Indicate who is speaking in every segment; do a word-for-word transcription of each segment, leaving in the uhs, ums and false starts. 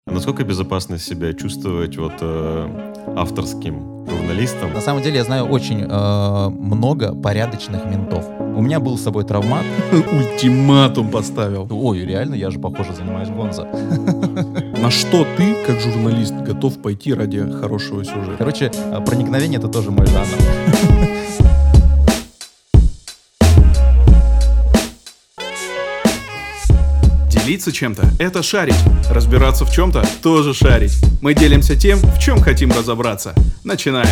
Speaker 1: А насколько безопасно себя чувствовать вот э, авторским журналистом?
Speaker 2: На самом деле я знаю очень э, много порядочных ментов. У меня был с собой травмат.
Speaker 3: Ультиматум поставил.
Speaker 2: Ой, реально, я же, похоже, занимаюсь гонзо.
Speaker 3: На что ты, как журналист, готов пойти ради хорошего сюжета?
Speaker 2: Короче, проникновение — это тоже мой жанр.
Speaker 3: Делиться чем-то — это шарить. Разбираться в чем-то — тоже шарить. Мы делимся тем, в чем хотим разобраться. Начинаем.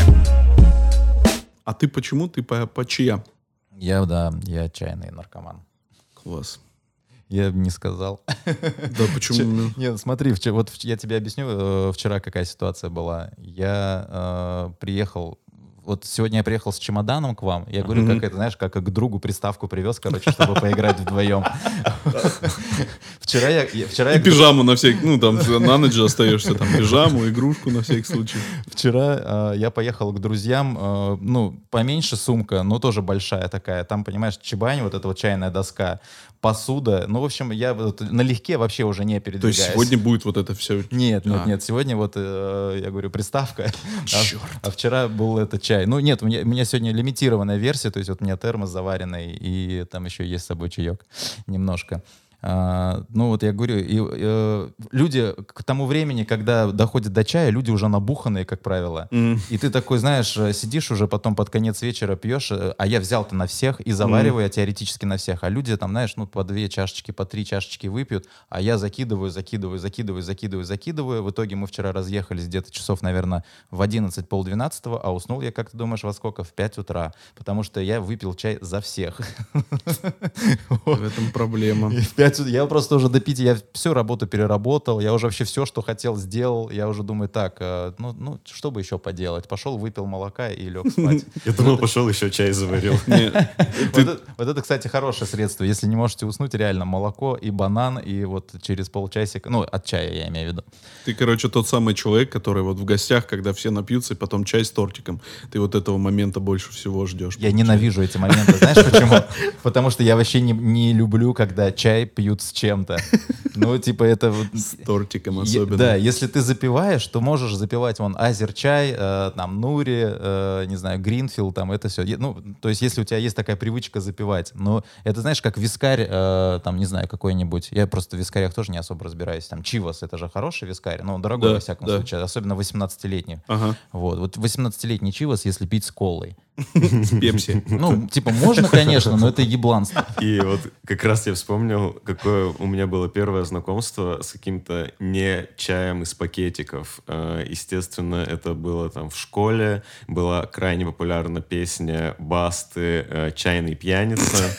Speaker 3: А ты почему? Ты по, по чья?
Speaker 2: Я, да, я отчаянный наркоман.
Speaker 3: Класс.
Speaker 2: Я не сказал.
Speaker 3: Да почему?
Speaker 2: Нет, смотри, вот я тебе объясню, вчера какая ситуация была. Я э, приехал, вот сегодня я приехал с чемоданом к вам. Я говорю, как это, знаешь, как к другу приставку привез, короче, чтобы поиграть вдвоем. Вчера я... Вчера
Speaker 3: И пижаму на всякий, ну там на ночь же остаешься, там пижаму, игрушку на всякий случай.
Speaker 2: Вчера э, я поехал к друзьям, э, ну, поменьше сумка, но тоже большая такая. Там, понимаешь, чебань, вот эта вот чайная доска, посуда. Ну, в общем, я вот налегке вообще уже не передвигаюсь.
Speaker 3: То есть сегодня будет вот это все?
Speaker 2: Нет, нет,
Speaker 3: а.
Speaker 2: нет. Сегодня вот, э, я говорю, приставка.
Speaker 3: Черт.
Speaker 2: А, а вчера был это чай. Ну, нет, у меня, у меня сегодня лимитированная версия, то есть вот у меня термос заваренный, и там еще есть с собой чаек немножко. А, ну вот я говорю, и, и, люди к тому времени, когда доходят до чая, люди уже набуханные, как правило. Mm. И ты такой, знаешь, сидишь уже потом под конец вечера пьешь, а я взял-то на всех и завариваю mm. теоретически на всех. А люди там, знаешь, ну по две чашечки, по три чашечки выпьют, а я закидываю, закидываю, закидываю, закидываю, закидываю. В итоге мы вчера разъехались где-то часов, наверное, в одиннадцать, полдвенадцатого, а уснул я, как ты думаешь, во сколько? В пять утра. Потому что я выпил чай за всех.
Speaker 3: В этом проблема.
Speaker 2: Я просто уже до пяти, я всю работу переработал, я уже вообще все, что хотел, сделал. Я уже думаю, так, э, ну, ну, что бы еще поделать? Пошел, выпил молока и лег спать.
Speaker 1: Я думал, пошел еще чай заварил.
Speaker 2: Вот это, кстати, хорошее средство. Если не можете уснуть, реально молоко и банан, и вот через полчасика, ну, от чая я имею в виду.
Speaker 3: Ты, короче, тот самый человек, который вот в гостях, когда все напьются, и потом чай с тортиком. Ты вот этого момента больше всего ждешь.
Speaker 2: Я ненавижу эти моменты. Знаешь почему? Потому что я вообще не, не люблю, когда чай пьют с чем-то. Ну, типа это...
Speaker 3: С тортиком особенно.
Speaker 2: Да, если ты запиваешь, то можешь запивать вон азер-чай, э, там, нури, э, не знаю, гринфилд, там, это все. Ну, то есть если у тебя есть такая привычка запивать. Но это, знаешь, как вискарь, э, там, не знаю, какой-нибудь. Я просто в вискарях тоже не особо разбираюсь. Там, чивос, это же хороший вискарь, но он дорогой, да, во всяком да. случае, особенно восемнадцатилетний.
Speaker 3: Ага.
Speaker 2: Вот. Вот восемнадцатилетний чивос, если пить с колой.
Speaker 3: С пепси.
Speaker 2: Ну, типа, можно, конечно, но это ебланство.
Speaker 1: И вот как раз я вспомнил, какое у меня было первое знакомство с каким-то не чаем из пакетиков. Естественно, это было там в школе. Была крайне популярна песня Басты «Чайный пьяница».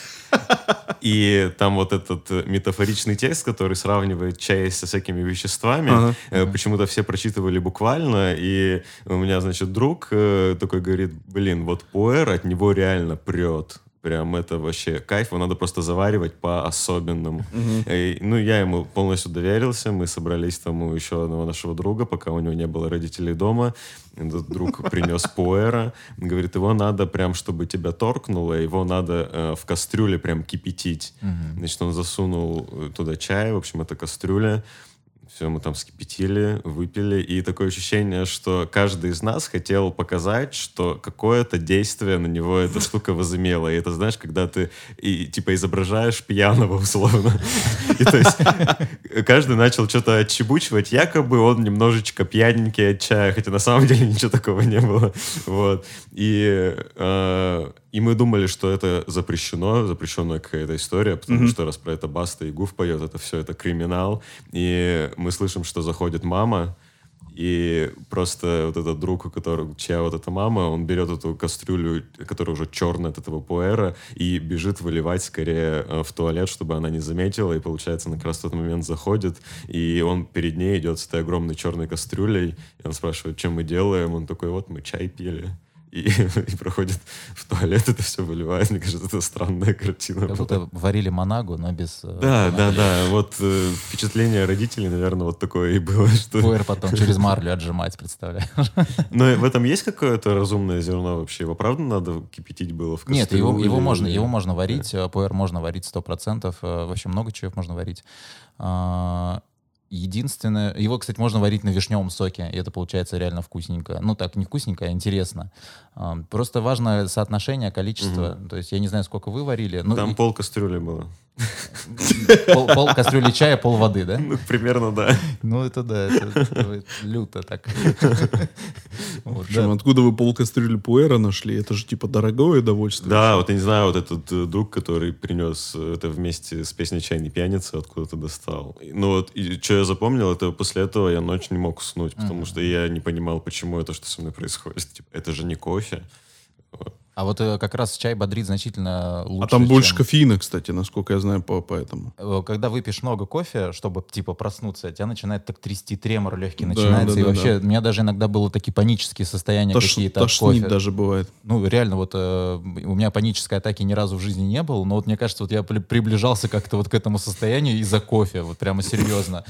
Speaker 1: И там вот этот метафоричный текст, который сравнивает чай со всякими веществами, ага. э, почему-то все прочитывали буквально, и у меня, значит, друг э, такой говорит, блин, вот пуэр, от него реально прет. Прям это вообще кайф, его надо просто заваривать по-особенному. Uh-huh. И, ну, я ему полностью доверился, мы собрались там у еще одного нашего друга, пока у него не было родителей дома. Этот друг принес пуэра, говорит, его надо прям, чтобы тебя торкнуло, его надо э, в кастрюле прям кипятить. Uh-huh. Значит, он засунул туда чай, в общем, это кастрюля. Все, мы там вскипятили, выпили, и такое ощущение, что каждый из нас хотел показать, что какое-то действие на него эта штука возымела. И это, знаешь, когда ты и, типа изображаешь пьяного условно. И то есть каждый начал что-то отчебучивать, якобы он немножечко пьяненький от чая, хотя на самом деле ничего такого не было. Вот. И, э, и мы думали, что это запрещено, запрещенная какая-то история, потому mm-hmm. что раз про это Баста и Гуф поет, это все, это криминал. И мы слышим, что заходит мама, и просто вот этот друг, у которого, чья вот эта мама, он берет эту кастрюлю, которая уже черная от этого пуэра, и бежит выливать скорее в туалет, чтобы она не заметила, и получается, она как раз в тот момент заходит, и он перед ней идет с этой огромной черной кастрюлей, и он спрашивает, чем мы делаем, он такой, вот мы чай пили. И, и проходит в туалет, это все выливает. Мне кажется, это странная картина.
Speaker 2: Как будто варили манагу, но без...
Speaker 1: Да, да, да. Вот э, впечатление родителей, наверное, вот такое и было. Что...
Speaker 2: Пуэр потом через марлю отжимать, представляешь?
Speaker 1: Но в этом есть какое-то разумное зерно вообще? Его правда надо кипятить было в кастрюле?
Speaker 2: Нет, его, его, можно, его можно варить. Да. Пуэр можно варить сто процентов. В общем, много чего можно варить. Единственное, его, кстати, можно варить на вишневом соке, и это получается реально вкусненько. Ну, так, не вкусненько, а интересно. А, просто важно соотношение, количество.
Speaker 1: Мгм.
Speaker 2: То есть я не знаю, сколько вы варили. Ну,
Speaker 1: Там
Speaker 2: и-
Speaker 1: пол кастрюли было.
Speaker 2: пол, пол кастрюли чая, пол воды, да?
Speaker 1: Ну, примерно, да.
Speaker 2: Ну, это да, это, это люто так. Вот,
Speaker 3: Причем,
Speaker 2: да.
Speaker 3: откуда вы полкастрюли пуэра нашли? Это же типа дорогое удовольствие.
Speaker 1: Да, вот я не знаю, вот этот э, друг, который принес э, это вместе с песней «Чайный пьяница», откуда-то достал. И, Ну вот, и что я запомнил, это после этого я ночью не мог уснуть, потому
Speaker 2: Мгм.
Speaker 1: что я не понимал, почему это, что со мной происходит. Типа, это же не кофе.
Speaker 2: А вот э, как раз чай бодрит значительно лучше,
Speaker 3: А там больше
Speaker 2: чем-
Speaker 3: кофеина, кстати, насколько я знаю, по, поэтому.
Speaker 2: Э, Когда выпьешь много кофе, чтобы типа проснуться, тебя начинает так трясти, тремор легкий
Speaker 3: Да,
Speaker 2: начинается.
Speaker 3: да,
Speaker 2: и
Speaker 3: да,
Speaker 2: вообще,
Speaker 3: да.
Speaker 2: у меня даже иногда было такие панические состояния
Speaker 3: Тош-
Speaker 2: какие-то от
Speaker 3: тошнит
Speaker 2: кофе.
Speaker 3: даже бывает.
Speaker 2: Ну, реально, вот э, у меня панической атаки ни разу в жизни не было, но вот мне кажется, вот я при- приближался как-то вот к этому состоянию из-за кофе, вот прямо серьезно.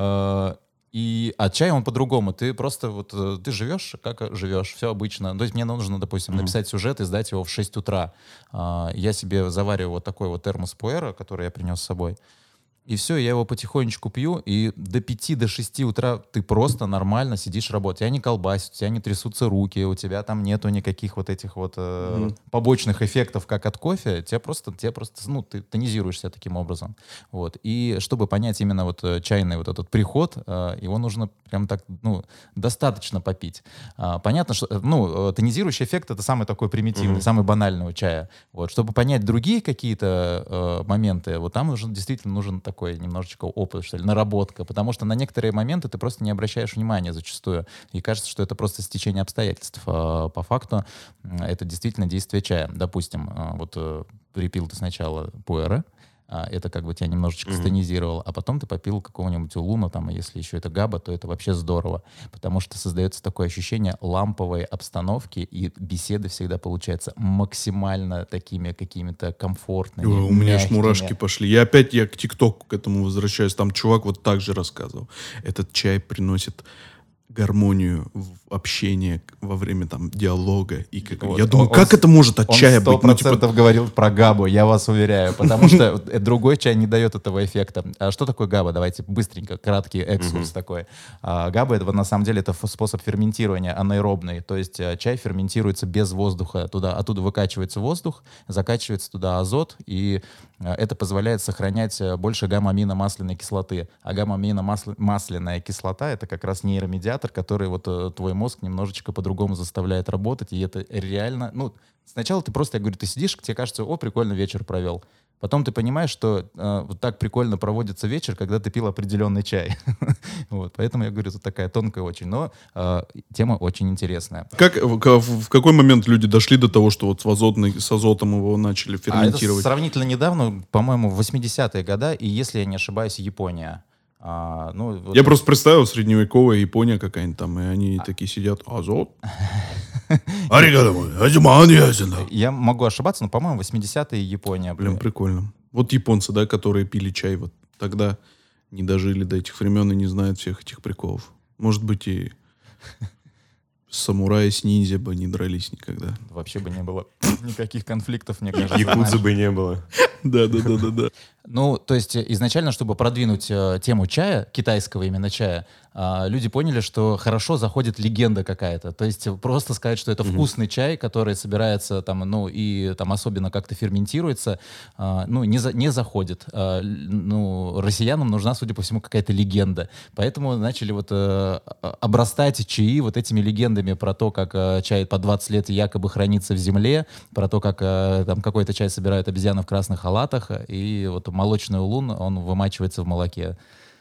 Speaker 2: Э, И, а чай, он по-другому. Ты просто вот, э, ты живешь, как живешь, все обычно. То есть мне нужно, допустим,
Speaker 1: Мгм.
Speaker 2: написать сюжет и сдать его в шесть утра. А, Я себе завариваю вот такой вот термос пуэра, который я принес с собой. И все, я его потихонечку пью, и до пяти, до шести утра ты просто нормально сидишь работать. Тебя не колбасит, у тебя не трясутся руки, у тебя там нету никаких вот этих вот э,
Speaker 3: Мгм.
Speaker 2: побочных эффектов, как от кофе. Тебя просто, тебя просто, ну, ты тонизируешься таким образом. Вот. И чтобы понять именно вот э, чайный вот этот приход, э, его нужно прям так, ну, достаточно попить. А, Понятно, что, э, ну, э, тонизирующий эффект — это самый такой примитивный,
Speaker 1: Мгм.
Speaker 2: самый банальный у чая. Вот. Чтобы понять другие какие-то э, моменты, вот там уже действительно нужен такой немножечко опыт, что ли, наработка, потому что на некоторые моменты ты просто не обращаешь внимания зачастую, и кажется, что это просто стечение обстоятельств. А по факту м, это действительно действие чая. Допустим, а, вот э, припил ты сначала пуэра, а, это как бы тебя немножечко
Speaker 1: Мгм.
Speaker 2: стонизировало, а потом ты попил какого-нибудь улуна, там, а если еще это габа, то это вообще здорово, потому что создается такое ощущение ламповой обстановки, и беседы всегда получаются максимально такими какими-то комфортными,
Speaker 3: Ой, у меня аж
Speaker 2: мягкими.
Speaker 3: мурашки пошли. Я опять я к ТикТоку к этому возвращаюсь. Там чувак вот так же рассказывал. Этот чай приносит гармонию в общение во время там диалога. И как...
Speaker 2: Вот.
Speaker 3: Я думаю,
Speaker 2: Он-
Speaker 3: как
Speaker 2: он
Speaker 3: это может от
Speaker 2: Он
Speaker 3: чая
Speaker 2: сто
Speaker 3: быть? Ну, типа,
Speaker 2: процентов говорил про габу, я вас уверяю, потому что вот, э, другой чай не дает этого эффекта. А что такое габа? Давайте быстренько, краткий экскурс
Speaker 1: Мгм.
Speaker 2: такой. А, габа — это на самом деле это ф- способ ферментирования анаэробный, то есть э, чай ферментируется без воздуха, туда, оттуда выкачивается воздух, закачивается туда азот, и э, это позволяет сохранять э, больше гамма-аминомасляной кислоты. А гамма-аминомасляная кислота — это как раз нейромедиатор, который вот э, твой мозг немножечко по-другому заставляет работать, и это реально, ну, сначала ты просто, я говорю, ты сидишь, тебе кажется, о, прикольно вечер провел. Потом ты понимаешь, что э, вот так прикольно проводится вечер, когда ты пил определенный чай. Вот, поэтому я говорю, это такая тонкая очень, но э, тема очень интересная.
Speaker 3: как, в, к- в какой момент люди дошли до того, что вот с, азотной, с азотом его начали
Speaker 2: А это
Speaker 3: ферментировать?
Speaker 2: сравнительно недавно, по-моему, в восьмидесятые годы, и если я не ошибаюсь, Япония. А, ну, вот
Speaker 3: Я
Speaker 2: это-
Speaker 3: просто представил средневековая Япония какая-нибудь там, и они такие сидят, азот? Аригадо, азиманьязина.
Speaker 2: Я могу ошибаться, но, по-моему, восьмидесятые Япония.
Speaker 3: Блин, прикольно. Вот японцы, да, которые пили чай вот тогда, не дожили до этих времен и не знают всех этих приколов. Может быть, и самураи с ниндзя бы не дрались никогда.
Speaker 2: Вообще бы не было никаких конфликтов, мне кажется.
Speaker 1: Якудзы
Speaker 2: знаешь.
Speaker 1: бы не было.
Speaker 3: Да, да, да, да, да.
Speaker 2: Ну, то есть э, изначально, чтобы продвинуть э, тему чая, китайского именно чая, а, люди поняли, что хорошо заходит легенда какая-то. То есть э, просто сказать, что это
Speaker 1: Мгм.
Speaker 2: вкусный чай, который собирается там, ну, и там особенно как-то ферментируется, а, ну, не, за- не заходит. А, л- ну, россиянам нужна, судя по всему, какая-то легенда. Поэтому начали вот э, а- обрастать чаи вот этими легендами про то, как э, чай по двадцать лет якобы хранится в земле, про то, как э, там какой-то чай собирают обезьяны в красных халатах, и вот молочный улун, он вымачивается в молоке.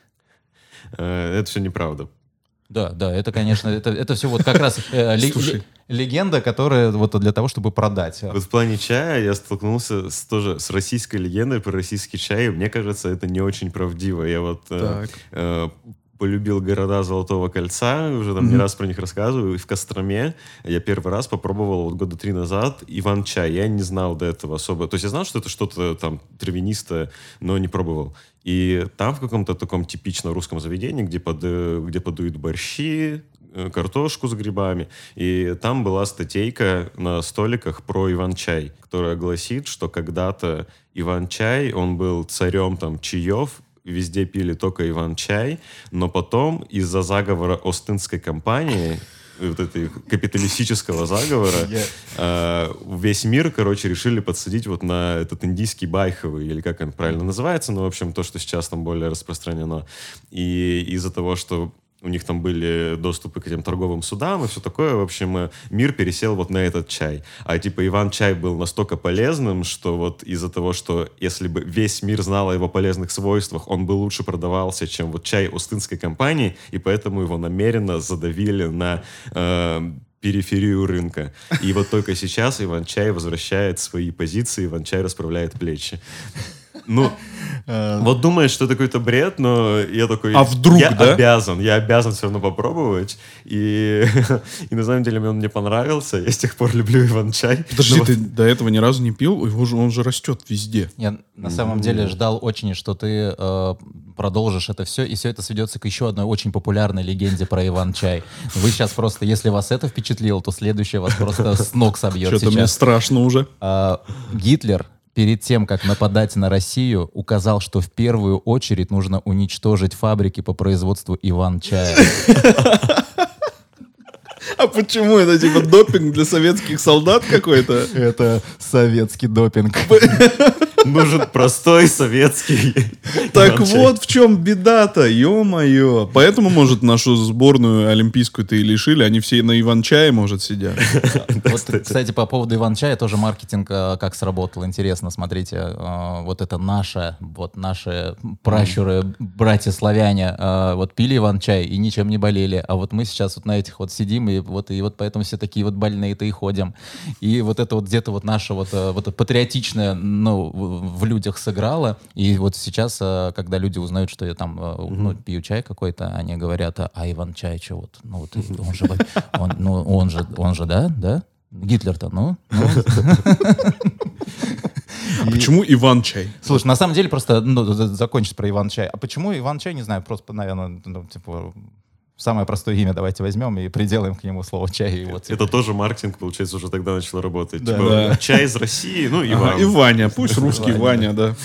Speaker 1: Э, Это все неправда.
Speaker 2: Да, да, это, конечно, это, это все вот как раз э, ле-
Speaker 3: Слушай.
Speaker 2: ле- легенда, которая вот для того, чтобы продать.
Speaker 1: Вот в плане чая я столкнулся с, тоже с российской легендой про российский чай. и Мне кажется, это не очень правдиво. Я вот э,
Speaker 3: Так.
Speaker 1: э, полюбил города Золотого кольца, уже там не
Speaker 3: Мгм.
Speaker 1: раз про них рассказываю. И в Костроме я первый раз попробовал вот года три назад иван-чай. Я не знал до этого особо. То есть я знал, что это что-то там травянистое, но не пробовал. И там в каком-то таком типично русском заведении, где, под, э, где подают борщи, э, картошку с грибами. И там была статейка на столиках про иван-чай, которая гласит, что когда-то иван-чай, он был царем там чаев, везде пили только Иван-чай, но потом из-за заговора Остинской компании, вот этой капиталистического заговора, yeah. э, весь мир, короче, решили подсадить вот на этот индийский байховый, или как он правильно называется, ну, в общем, то, что сейчас там более распространено. И из-за того, что у них там были доступы к этим торговым судам и все такое. В общем, мир пересел вот на этот чай. А типа Иван-чай был настолько полезным, что вот из-за того, что если бы весь мир знал о его полезных свойствах, он бы лучше продавался, чем вот чай Остинской компании, и поэтому его намеренно задавили на э, периферию рынка. И вот только сейчас Иван-чай возвращает свои позиции, Иван-чай расправляет плечи. Ну, вот думаешь, что это какой-то бред, но я такой...
Speaker 3: А вдруг,
Speaker 1: я
Speaker 3: да?
Speaker 1: обязан, я обязан все равно попробовать. И, и на самом деле он мне понравился. Я с тех пор люблю Иван-чай.
Speaker 3: Подожди,
Speaker 1: но
Speaker 3: ты
Speaker 1: вот...
Speaker 3: до этого ни разу не пил? Его же, он же растет везде.
Speaker 2: Я на самом деле ждал очень, что ты э, продолжишь это все, и все это сведется к еще одной очень популярной легенде про Иван-чай. Вы сейчас просто, если вас это впечатлило, то следующее вас просто с ног собьет сейчас.
Speaker 3: Что-то мне страшно уже.
Speaker 2: А, Гитлер перед тем, как нападать на Россию, указал, что в первую очередь нужно уничтожить фабрики по производству Иван-чая.
Speaker 3: А почему это, типа, допинг для советских солдат какой-то?
Speaker 2: Это советский допинг.
Speaker 1: Нужен простой советский.
Speaker 3: Так вот в чем беда-то, ё-моё. Поэтому, может, нашу сборную олимпийскую-то и лишили, они все на Иван-чае, может, сидят.
Speaker 2: Вот, кстати, по поводу Иван-чая тоже маркетинг как сработал. Интересно, смотрите, вот это наше, вот наши пращуры, братья-славяне, вот пили Иван-чай и ничем не болели, а вот мы сейчас вот на этих вот сидим, и вот, и вот поэтому все такие вот больные-то и ходим. И вот это вот где-то вот наше вот, вот патриотичное, ну, в людях сыграло. И вот сейчас, когда люди узнают, что я там ну, пью чай какой-то, они говорят, а Иван-чай что вот? Ну, вот он же, он, ну, он же, он же, да, да? Гитлер-то, ну? ну.
Speaker 3: А почему Иван-чай?
Speaker 2: Слушай, на самом деле просто, ну, закончить про Иван-чай. А почему Иван-чай, не знаю, просто, наверное, ну, типа... Самое простое имя давайте возьмем и приделаем к нему слово чай. И вот,
Speaker 1: это тоже маркетинг, получается, уже тогда начал работать.
Speaker 2: Да,
Speaker 1: типа,
Speaker 3: да.
Speaker 1: Чай из России, ну, Иван.
Speaker 3: Ага, и Ваня, пусть русский Ваня, да.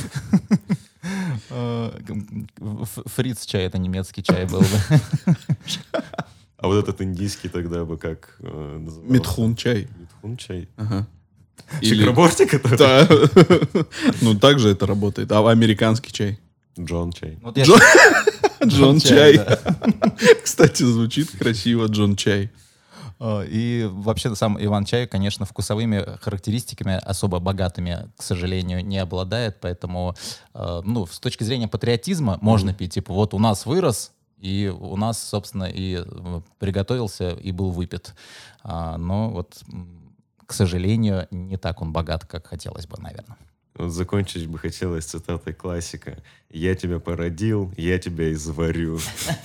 Speaker 2: Фриц чай, это немецкий чай был бы.
Speaker 1: А вот этот индийский тогда бы как назывался?
Speaker 3: Митхун чай.
Speaker 1: Митхун чай.
Speaker 3: Ага.
Speaker 1: Чакраборти, который?
Speaker 3: Да. Ну, так же это работает. А американский чай?
Speaker 1: Джон чай.
Speaker 2: Вот я
Speaker 3: Джон...
Speaker 2: Джон
Speaker 3: Джон
Speaker 2: чай,
Speaker 3: чай.
Speaker 2: да.
Speaker 3: Кстати, звучит красиво, Джон чай.
Speaker 2: И вообще сам Иван-чай, конечно, вкусовыми характеристиками особо богатыми, к сожалению, не обладает, поэтому, ну, с точки зрения патриотизма можно пить, типа, вот у нас вырос, и у нас, собственно, и приготовился, и был выпит. Но вот, к сожалению, не так он богат, как хотелось бы, наверное.
Speaker 1: Вот закончить бы хотелось цитатой классика. «Я тебя породил, я тебя изварю».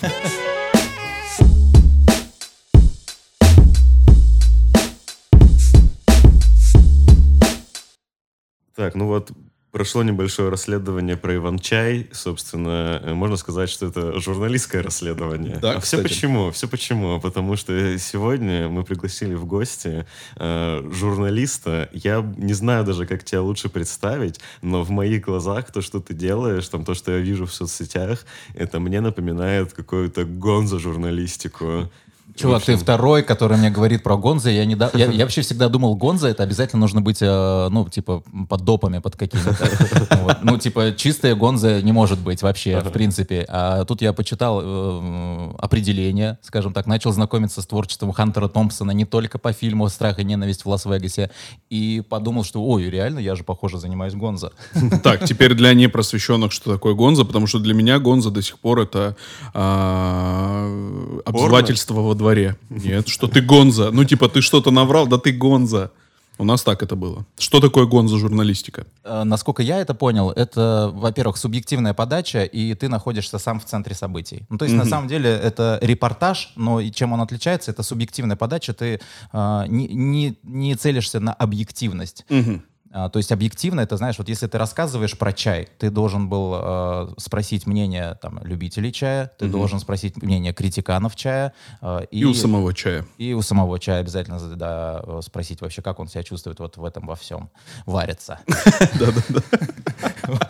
Speaker 1: Так, ну вот прошло небольшое расследование про Иван-чай. Собственно, можно сказать, что это журналистское расследование.
Speaker 3: Да,
Speaker 1: а все почему? Все почему? Потому что сегодня мы пригласили в гости э, журналиста. Я не знаю даже, как тебя лучше представить, но в моих глазах то, что ты делаешь, там, то, что я вижу в соцсетях, это мне напоминает какую-то гонзо-журналистику.
Speaker 2: Чувак, общем... ты второй, который мне говорит про гонзо. Я, не да... я, я вообще всегда думал, гонзо это обязательно нужно быть, э, ну, типа, под допами, под какими-то. Вот. Ну, типа, чистое гонзо не может быть вообще, в принципе. А тут я почитал э, определение, скажем так, начал знакомиться с творчеством Хантера Томпсона не только по фильму «Страх и ненависть в Лас-Вегасе», и подумал, что, ой, реально, я же, похоже, занимаюсь гонзо.
Speaker 3: Так, теперь для непросвещенных, что такое гонзо, потому что для меня гонзо до сих пор это обзывательство во дворе. Нет, что ты гонза. Ну, типа, ты что-то наврал, да ты гонза. У нас так это было. Что такое гонзо-журналистика?
Speaker 2: Э, насколько я это понял, это, во-первых, субъективная подача, и ты находишься сам в центре событий. Ну, то есть, mm-hmm. на самом деле, это репортаж, но и чем он отличается, это субъективная подача, ты э, не, не, не целишься на объективность. Mm-hmm. То есть объективно, это, знаешь, вот если ты рассказываешь про чай, ты должен был э, спросить мнение там, любителей чая, ты mm-hmm. должен спросить мнение критиканов чая. Э, и,
Speaker 3: и у самого чая.
Speaker 2: И у самого чая обязательно да, спросить вообще, как он себя чувствует вот в этом во всем. Варится.
Speaker 3: Да-да-да.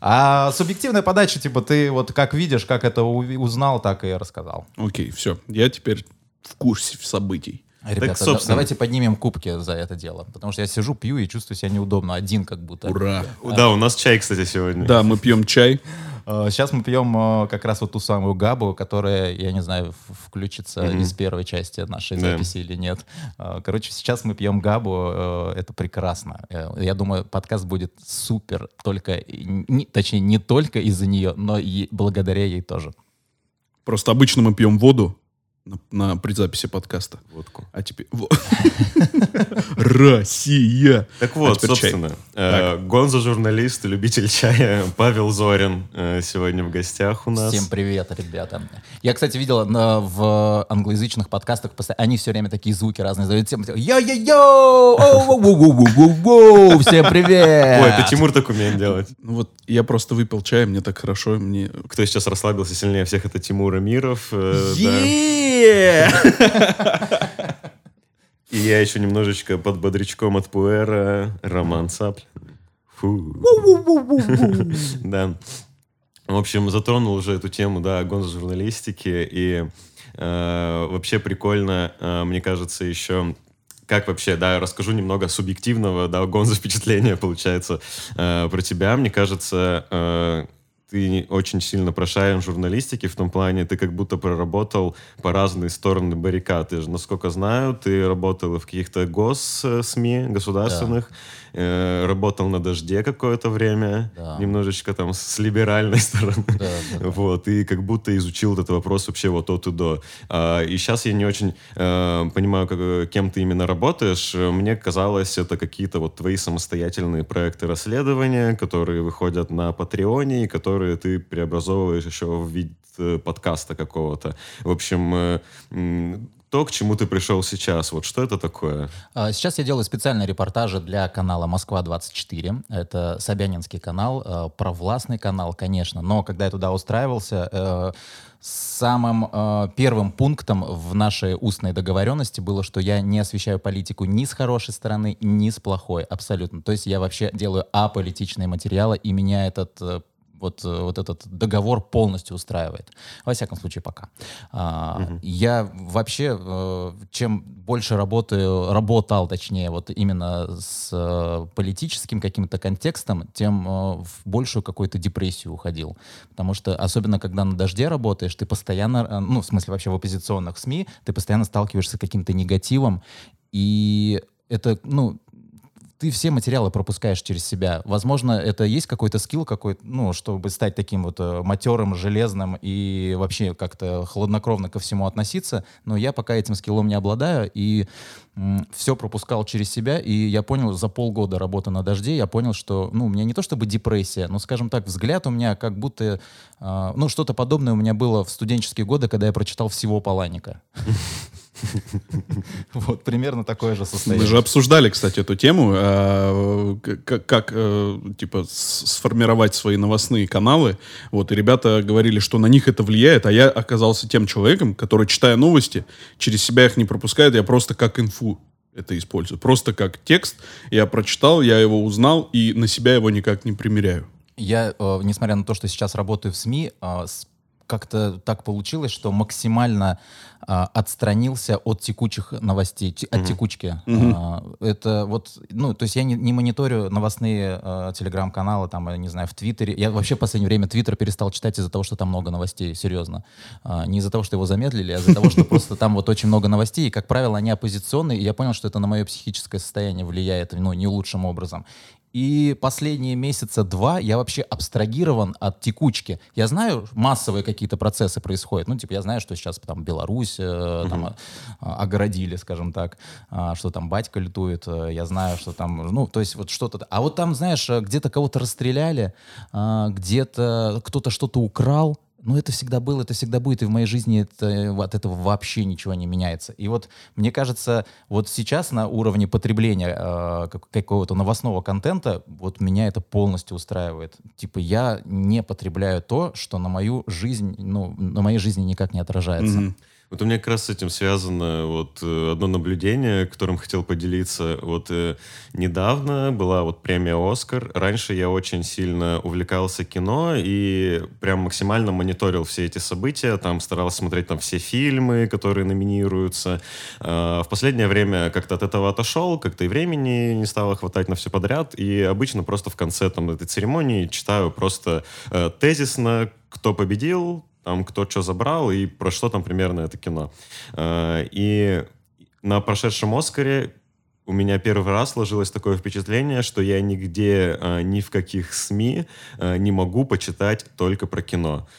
Speaker 2: А субъективная подача, типа, ты вот как видишь, как это узнал, так и рассказал.
Speaker 3: Окей, все. Я теперь в курсе событий.
Speaker 2: Ребята,
Speaker 1: Так, собственно...
Speaker 2: давайте поднимем кубки за это дело. Потому что я сижу, пью и чувствую себя неудобно. Один как будто.
Speaker 3: Ура!
Speaker 1: Да, у нас чай, кстати, сегодня.
Speaker 3: Да, мы пьем чай.
Speaker 2: Сейчас мы пьем как раз вот ту самую габу, которая, я не знаю, включится mm-hmm. из первой части нашей
Speaker 1: да.
Speaker 2: записи или нет. Короче, сейчас мы пьем габу, это прекрасно. Я думаю, подкаст будет супер, только, не, точнее, не только из-за нее, но и благодаря ей тоже.
Speaker 3: Просто обычно мы пьем воду на, на предзаписи подкаста.
Speaker 1: Водку.
Speaker 3: А теперь... Россия!
Speaker 1: Так вот, собственно, Гонзо-журналист, любитель чая Павел Зорин сегодня в гостях у нас.
Speaker 2: Всем привет, ребята. Я, кстати, видел в англоязычных подкастах, они все время такие звуки разные издают. Йо-йо-йо! Всем привет!
Speaker 1: Ой, это Тимур так умеет делать.
Speaker 3: Ну вот, я просто выпил чай, мне так хорошо. Мне...
Speaker 1: Кто сейчас расслабился сильнее всех, это Тимур Амиров.
Speaker 3: Yeah!
Speaker 1: И я еще немножечко под бодрячком от Пуэра. Роман Цаплин. Фу. Да. В общем, затронул уже эту тему, да, гонзо-журналистики. И э, вообще прикольно, э, мне кажется, еще... Как вообще, да, расскажу немного субъективного, да, гонзо-впечатления, получается, э, про тебя. Мне кажется... Э, ты очень сильно прошарен в журналистике, в том плане, ты как будто проработал по разные стороны баррикад. Я же, насколько знаю, ты работал в каких-то гос-СМИ, государственных, да. э, работал на «Дожде» какое-то время, да. немножечко там с либеральной стороны. Да, да, да. Вот, и как будто изучил этот вопрос вообще вот от и до. А, и сейчас я не очень э, понимаю, как, кем ты именно работаешь. Мне казалось, это какие-то вот твои самостоятельные проекты расследования, которые выходят на Патреоне и которые ты преобразовываешь еще в вид э, подкаста какого-то. В общем, э, э, то, к чему ты пришел сейчас, вот что это такое?
Speaker 2: Сейчас я делаю специальные репортажи для канала «Москва двадцать четыре». Это собянинский канал, э, провластный канал, конечно. Но когда я туда устраивался, э, самым э, первым пунктом в нашей устной договоренности было, что я не освещаю политику ни с хорошей стороны, ни с плохой. Абсолютно. То есть я вообще делаю аполитичные материалы, и меня этот... Э, Вот, вот этот договор полностью устраивает. Во всяком случае, пока. А, угу. Я вообще, чем больше работаю, работал, точнее, вот именно с политическим каким-то контекстом, тем в большую какую-то депрессию уходил. Потому что, особенно когда на «Дожде» работаешь, ты постоянно, ну, в смысле вообще в оппозиционных СМИ, ты постоянно сталкиваешься с каким-то негативом, и это, ну, ты все материалы пропускаешь через себя. Возможно, это есть какой-то скилл, какой, ну, чтобы стать таким вот матерым, железным и вообще как-то хладнокровно ко всему относиться, но я пока этим скиллом не обладаю, и м, все пропускал через себя, и я понял, за полгода работы на «Дожде», я понял, что, ну, у меня не то чтобы депрессия, но, скажем так, взгляд у меня как будто, э, ну, что-то подобное у меня было в студенческие годы, когда я прочитал всего Паланика. Вот, примерно такое же состояние.
Speaker 3: Мы же обсуждали, кстати, эту тему, как, как типа, сформировать свои новостные каналы. Вот, и ребята говорили, что на них это влияет, а я оказался тем человеком, который, читая новости, через себя их не пропускает, я просто как инфу это использую. Просто как текст. Я прочитал, я его узнал, и на себя его никак не примеряю.
Speaker 2: Я, несмотря на то, что сейчас работаю в СМИ, как-то так получилось, что максимально а, отстранился от текучих новостей, т- от mm-hmm. текучки. Mm-hmm. А, это вот, ну, то есть я не, не мониторю новостные а, телеграм-каналы, там, я не знаю, в Твиттере. Я вообще в последнее время Твиттер перестал читать из-за того, что там много новостей, серьезно. А, не из-за того, что его замедлили, а из-за того, что просто там вот очень много новостей, и, как правило, они оппозиционные, и я понял, что это на мое психическое состояние влияет, ну, не лучшим образом. И последние месяца два я вообще абстрагирован от текучки. Я знаю, массовые какие-то процессы происходят. Ну, типа, я знаю, что сейчас там Беларусь э, uh-huh. там, огородили, скажем так, э, что там батька лютует. Э, я знаю, что там, ну, то есть вот что-то... А вот там, знаешь, где-то кого-то расстреляли, э, где-то кто-то что-то украл. Ну, это всегда было, это всегда будет, и в моей жизни это, от этого вообще ничего не меняется. И вот, мне кажется, вот сейчас на уровне потребления э, какого-то новостного контента, вот меня это полностью устраивает. Типа, я не потребляю то, что на мою жизнь, ну, на моей жизни никак не отражается. Mm-hmm.
Speaker 1: Вот у меня как раз с этим связано вот э, одно наблюдение, которым хотел поделиться. Вот э, недавно была вот премия «Оскар». Раньше я очень сильно увлекался кино и прям максимально мониторил все эти события. Там старался смотреть там все фильмы, которые номинируются. Э, в последнее время как-то от этого отошел, как-то и времени не стало хватать на все подряд. И обычно просто в конце там этой церемонии читаю просто э, тезисно, кто победил, там, кто что забрал и про что там примерно это кино. И на прошедшем «Оскаре» у меня первый раз сложилось такое впечатление, что я нигде, ни в каких СМИ не могу почитать только про кино.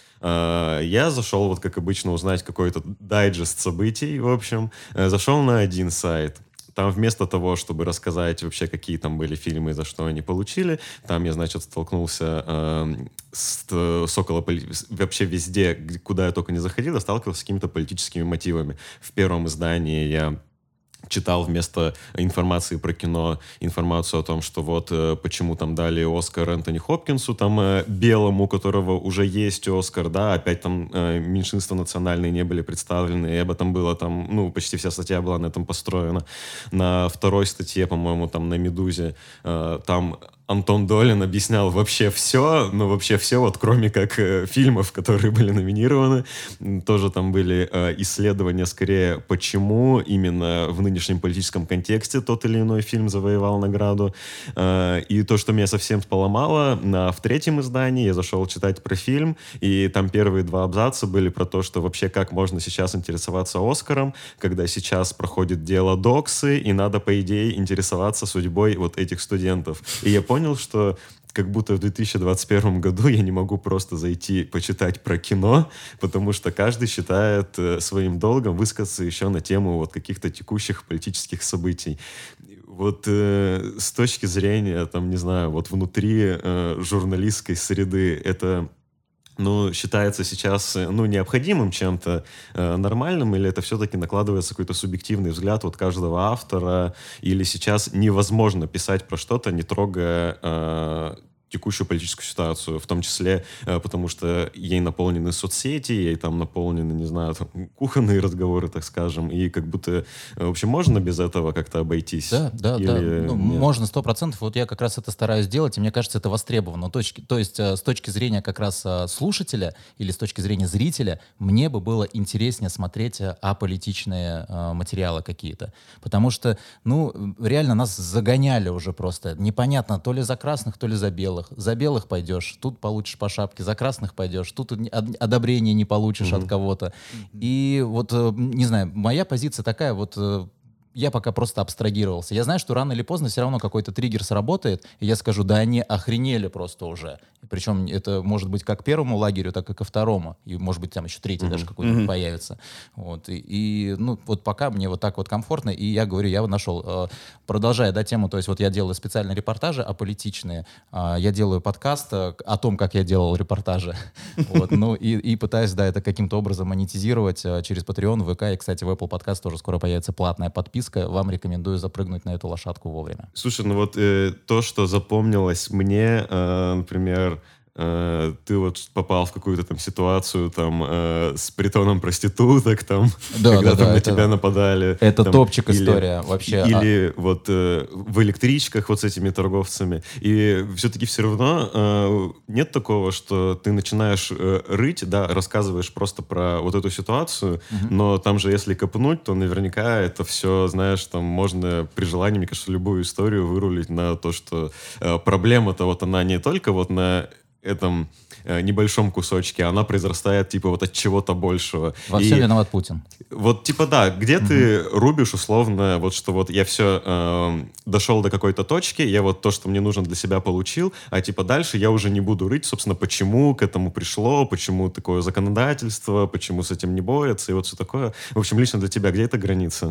Speaker 1: Я зашел, вот как обычно, узнать какой-то дайджест событий, в общем. Зашел на один сайт. Там вместо того, чтобы рассказать вообще, какие там были фильмы и за что они получили, там я, значит, столкнулся э, с, с около... Вообще везде, куда я только не заходил, я сталкивался с какими-то политическими мотивами. В первом издании я читал вместо информации про кино информацию о том, что вот э, почему там дали Оскар Энтони Хопкинсу, там э, белому, у которого уже есть Оскар, да, опять там э, меньшинства национальные не были представлены, и об этом было там, ну, почти вся статья была на этом построена. На второй статье, по-моему, там на «Медузе», э, там Антон Долин объяснял вообще все, но вообще все, вот кроме как э, фильмов, которые были номинированы. Тоже там были э, исследования, скорее, почему именно в нынешнем политическом контексте тот или иной фильм завоевал награду. Э, и то, что меня совсем поломало, на, в третьем издании я зашел читать про фильм, и там первые два абзаца были про то, что вообще как можно сейчас интересоваться Оскаром, когда сейчас проходит дело Доксы, и надо, по идее, интересоваться судьбой вот этих студентов. И я понял, понял, что как будто в две тысячи двадцать первом году я не могу просто зайти почитать про кино, потому что каждый считает э, своим долгом высказаться еще на тему вот каких-то текущих политических событий. Вот э, с точки зрения, там, не знаю, вот внутри э, журналистской среды это... ну, считается сейчас, ну, необходимым чем-то э, нормальным, или это все-таки накладывается какой-то субъективный взгляд вот каждого автора, или сейчас невозможно писать про что-то, не трогая э, текущую политическую ситуацию, в том числе э, потому что ей наполнены соцсети, ей там наполнены, не знаю, там, кухонные разговоры, так скажем, и как будто, в общем, можно без этого как-то обойтись?
Speaker 2: Да, да,
Speaker 1: или
Speaker 2: да. Ну, можно сто процентов. Вот я как раз это стараюсь делать, и мне кажется, это востребовано. Точки, то есть э, с точки зрения как раз э, слушателя или с точки зрения зрителя, мне бы было интереснее смотреть э, аполитичные э, материалы какие-то. Потому что, ну, реально нас загоняли уже просто. Непонятно, то ли за красных, то ли за белых. За белых пойдешь, тут получишь по шапке, за красных пойдешь, тут одобрения не получишь mm-hmm. от кого-то. Mm-hmm. И вот, не знаю, моя позиция такая, вот я пока просто абстрагировался. Я знаю, что рано или поздно все равно какой-то триггер сработает, и я скажу, да они охренели просто уже. И причем это может быть как первому лагерю, так и ко второму. И может быть там еще третий mm-hmm. даже какой-то mm-hmm. появится. Вот. И, и ну вот пока мне вот так вот комфортно, и я говорю, я нашел. Продолжая, да, тему, то есть вот я делаю специальные репортажи аполитичные, я делаю подкаст о том, как я делал репортажи. Вот, ну и, и пытаюсь, да, это каким-то образом монетизировать через Patreon, ВК, и, кстати, в Apple Podcast тоже скоро появится платная подписка. Вам рекомендую запрыгнуть на эту лошадку вовремя.
Speaker 1: Слушай, ну вот э, то, что запомнилось мне, э, например, э, ты вот попал в какую-то там ситуацию там э, с притоном проституток, там,
Speaker 2: да,
Speaker 1: когда
Speaker 2: да,
Speaker 1: там
Speaker 2: да,
Speaker 1: на
Speaker 2: это,
Speaker 1: тебя нападали.
Speaker 2: Это
Speaker 1: там,
Speaker 2: топчик
Speaker 1: или,
Speaker 2: история вообще.
Speaker 1: Или а... вот э, в электричках вот с этими торговцами. И все-таки все равно э, нет такого, что ты начинаешь э, рыть, да, рассказываешь просто про вот эту ситуацию, угу. но там же если копнуть, то наверняка это все, знаешь, там можно при желании, мне кажется, любую историю вырулить на то, что э, проблема-то вот она не только вот на этом э, небольшом кусочке, она произрастает типа вот от чего-то большего.
Speaker 2: Во всем виноват Путин.
Speaker 1: Вот типа да, где угу. ты рубишь условно вот что вот я все э, дошел до какой-то точки, я вот то, что мне нужно для себя получил, а типа дальше я уже не буду рыть, собственно, почему к этому пришло, почему такое законодательство, почему с этим не борются и вот все такое. В общем, лично для тебя где эта граница?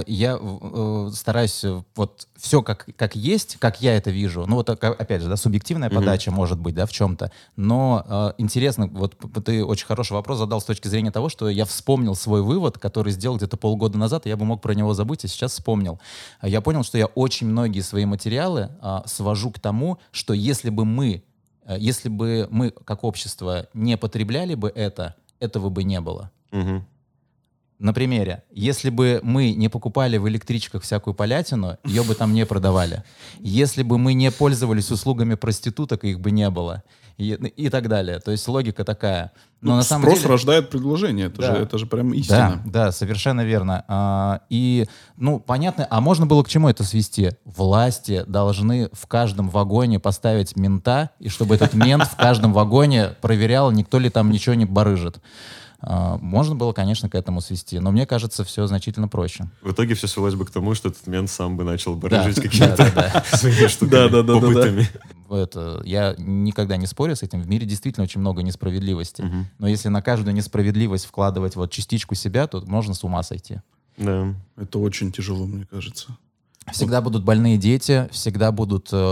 Speaker 2: Я э, стараюсь вот все как, как есть, как я это вижу. Ну вот опять же, да, субъективная угу. подача может быть, да, в чем-то. Но э, интересно, вот ты очень хороший вопрос задал с точки зрения того, что я вспомнил свой вывод, который сделал где-то полгода назад, и я бы мог про него забыть, а сейчас вспомнил. Я понял, что я очень многие свои материалы э, свожу к тому, что если бы мы, э, если бы мы как общество не потребляли бы это, этого бы не было.
Speaker 1: Угу.
Speaker 2: На примере. Если бы мы не покупали в электричках всякую полятину, ее бы там не продавали. Если бы мы не пользовались услугами проституток, их бы не было. И, и так далее. То есть логика такая. Но
Speaker 3: ну,
Speaker 2: на самом
Speaker 3: спрос
Speaker 2: деле...
Speaker 3: рождает предложение. Это,
Speaker 2: да.
Speaker 3: же, это же прям истина.
Speaker 2: Да, да, совершенно верно. А, и, ну, понятно, а можно было к чему это свести? Власти должны в каждом вагоне поставить мента, и чтобы этот мент в каждом вагоне проверял, никто ли там ничего не барыжит. Uh, можно было, конечно, к этому свести, но мне кажется, все значительно проще.
Speaker 1: В итоге все свелось бы к тому, что этот мент сам бы начал барыжить да, какими-то
Speaker 2: да, да, да.
Speaker 1: своими штуками, да, да, опытами.
Speaker 2: Да, да. Это, я никогда не спорю с этим. В мире действительно очень много несправедливости. Uh-huh. Но если на каждую несправедливость вкладывать вот частичку себя, то можно с ума сойти.
Speaker 1: Да.
Speaker 3: Это очень тяжело, мне кажется.
Speaker 2: Всегда будут больные дети, всегда будут э,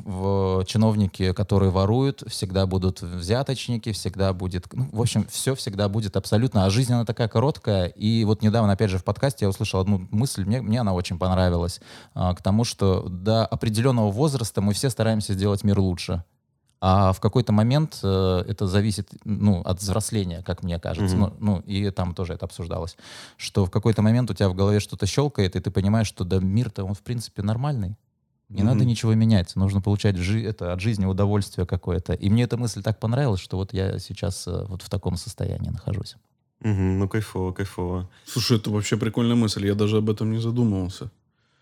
Speaker 2: в, чиновники, которые воруют, всегда будут взяточники, всегда будет... Ну, в общем, все всегда будет абсолютно. А жизнь, она такая короткая. И вот недавно, опять же, в подкасте я услышал одну мысль, мне, мне она очень понравилась, э, к тому, что до определенного возраста мы все стараемся сделать мир лучше. А в какой-то момент э, это зависит, ну, от взросления, как мне кажется. Mm-hmm. Ну, ну, и там тоже это обсуждалось. Что в какой-то момент у тебя в голове что-то щелкает, и ты понимаешь, что да, мир-то, он, в принципе, нормальный. Не mm-hmm. надо ничего менять. Нужно получать жи- это, от жизни удовольствие какое-то. И мне эта мысль так понравилась, что вот я сейчас э, вот в таком состоянии нахожусь.
Speaker 1: Mm-hmm. Ну, кайфово, кайфово.
Speaker 3: Слушай, это вообще прикольная мысль. Я даже об этом не задумывался.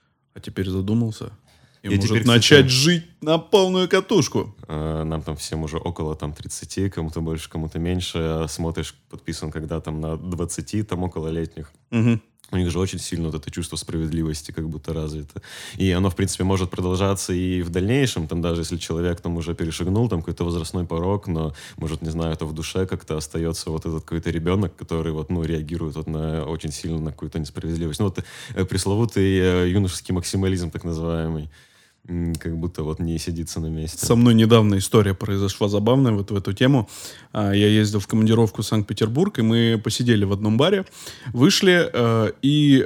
Speaker 3: А теперь задумался. И я может теперь, начать кстати, жить на полную катушку.
Speaker 1: Э, нам там всем уже около там, тридцати, кому-то больше, кому-то меньше. Смотришь, подписан когда там на двадцати, там около летних.
Speaker 3: Угу.
Speaker 1: У них же очень сильно вот это чувство справедливости как будто развито. И оно, в принципе, может продолжаться и в дальнейшем, там даже если человек там уже перешагнул там какой-то возрастной порог, но, может, не знаю, это в душе как-то остается вот этот какой-то ребенок, который вот, ну, реагирует вот на очень сильно на какую-то несправедливость. Ну, вот э, пресловутый э, юношеский максимализм, так называемый. Как будто вот не сидится на месте.
Speaker 3: Со мной недавно история произошла забавная вот в эту тему. Я ездил в командировку в Санкт-Петербург, и мы посидели в одном баре, вышли, и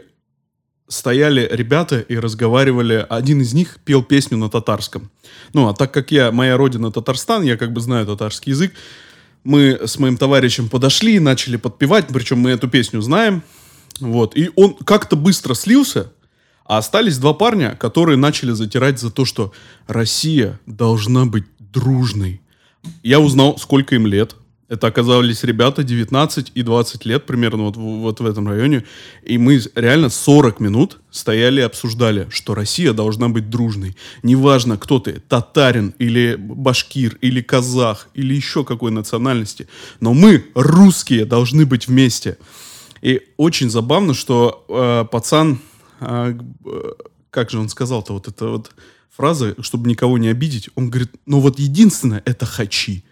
Speaker 3: стояли ребята и разговаривали. Один из них пел песню на татарском. Ну, а так как я, моя родина Татарстан, я как бы знаю татарский язык, мы с моим товарищем подошли и начали подпевать, причем мы эту песню знаем. Вот. И он как-то быстро слился. А остались два парня, которые начали затирать за то, что Россия должна быть дружной. Я узнал, сколько им лет. Это оказались ребята девятнадцать и двадцать лет примерно вот, вот в этом районе. И мы реально сорок минут стояли и обсуждали, что Россия должна быть дружной. Неважно, кто ты, татарин или башкир, или казах, или еще какой национальности. Но мы, русские, должны быть вместе. И очень забавно, что э, пацан... А, как же он сказал-то, вот эта вот фраза, чтобы никого не обидеть, он говорит, ну вот единственное, это хачи.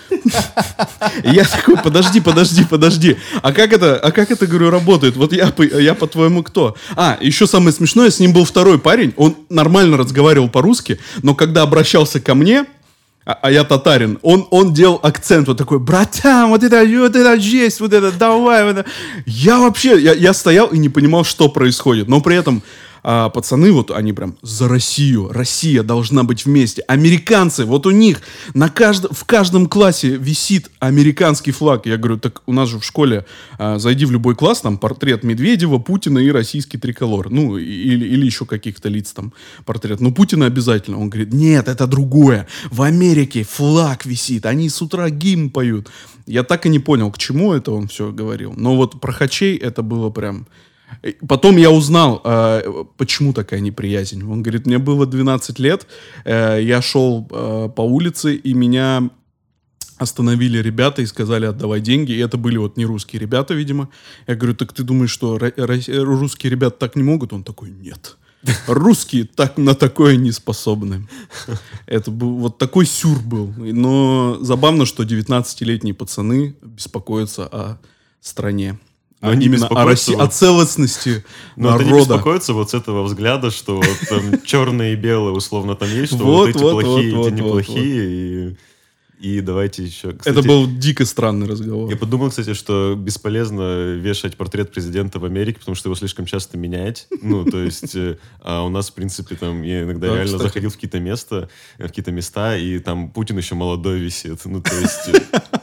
Speaker 3: Я такой, подожди, подожди, подожди. А как это, а как это, говорю, работает? Вот я, я по-твоему кто? А, еще самое смешное, с ним был второй парень, он нормально разговаривал по-русски, но когда обращался ко мне, а, а я татарин, он, он делал акцент вот такой, братан, вот это, вот это жесть, вот это, давай, вот это. Я вообще, я, я стоял и не понимал, что происходит, но при этом а, пацаны, вот они прям за Россию, Россия должна быть вместе. Американцы, вот у них на каждом, в каждом классе висит американский флаг. Я говорю, так у нас же в школе, а, зайди в любой класс, там портрет Медведева, Путина и российский триколор. Ну, или, или еще каких-то лиц там портрет. Но Путина обязательно. Он говорит, нет, это другое. В Америке флаг висит, они с утра гимн поют. Я так и не понял, к чему это он все говорил. Но вот про хачей это было прям... Потом я узнал, э, почему такая неприязнь. Он говорит, мне было двенадцать лет, э, я шел э, по улице, и меня остановили ребята и сказали, отдавай деньги. И это были вот не русские ребята, видимо. Я говорю, так ты думаешь, что ро- ро- русские ребята так не могут? Он такой, нет. Русские так на такое не способны. Это был вот такой сюр был. Но забавно, что девятнадцатилетние пацаны беспокоятся о стране. А именно о России, вот... о целостности
Speaker 1: но
Speaker 3: народа.
Speaker 1: Но они беспокоятся вот с этого взгляда, что вот, там черные и белые условно там есть, что вот, вот эти вот, плохие, вот, эти вот, неплохие, вот, вот. И, и давайте еще...
Speaker 3: Кстати, это был дико странный разговор.
Speaker 1: Я подумал, кстати, что бесполезно вешать портрет президента в Америке, потому что его слишком часто менять. Ну, то есть, а у нас, в принципе, там, я иногда да, реально кстати. заходил в какие-то места, в какие-то места, и там Путин еще молодой висит. Ну, то есть...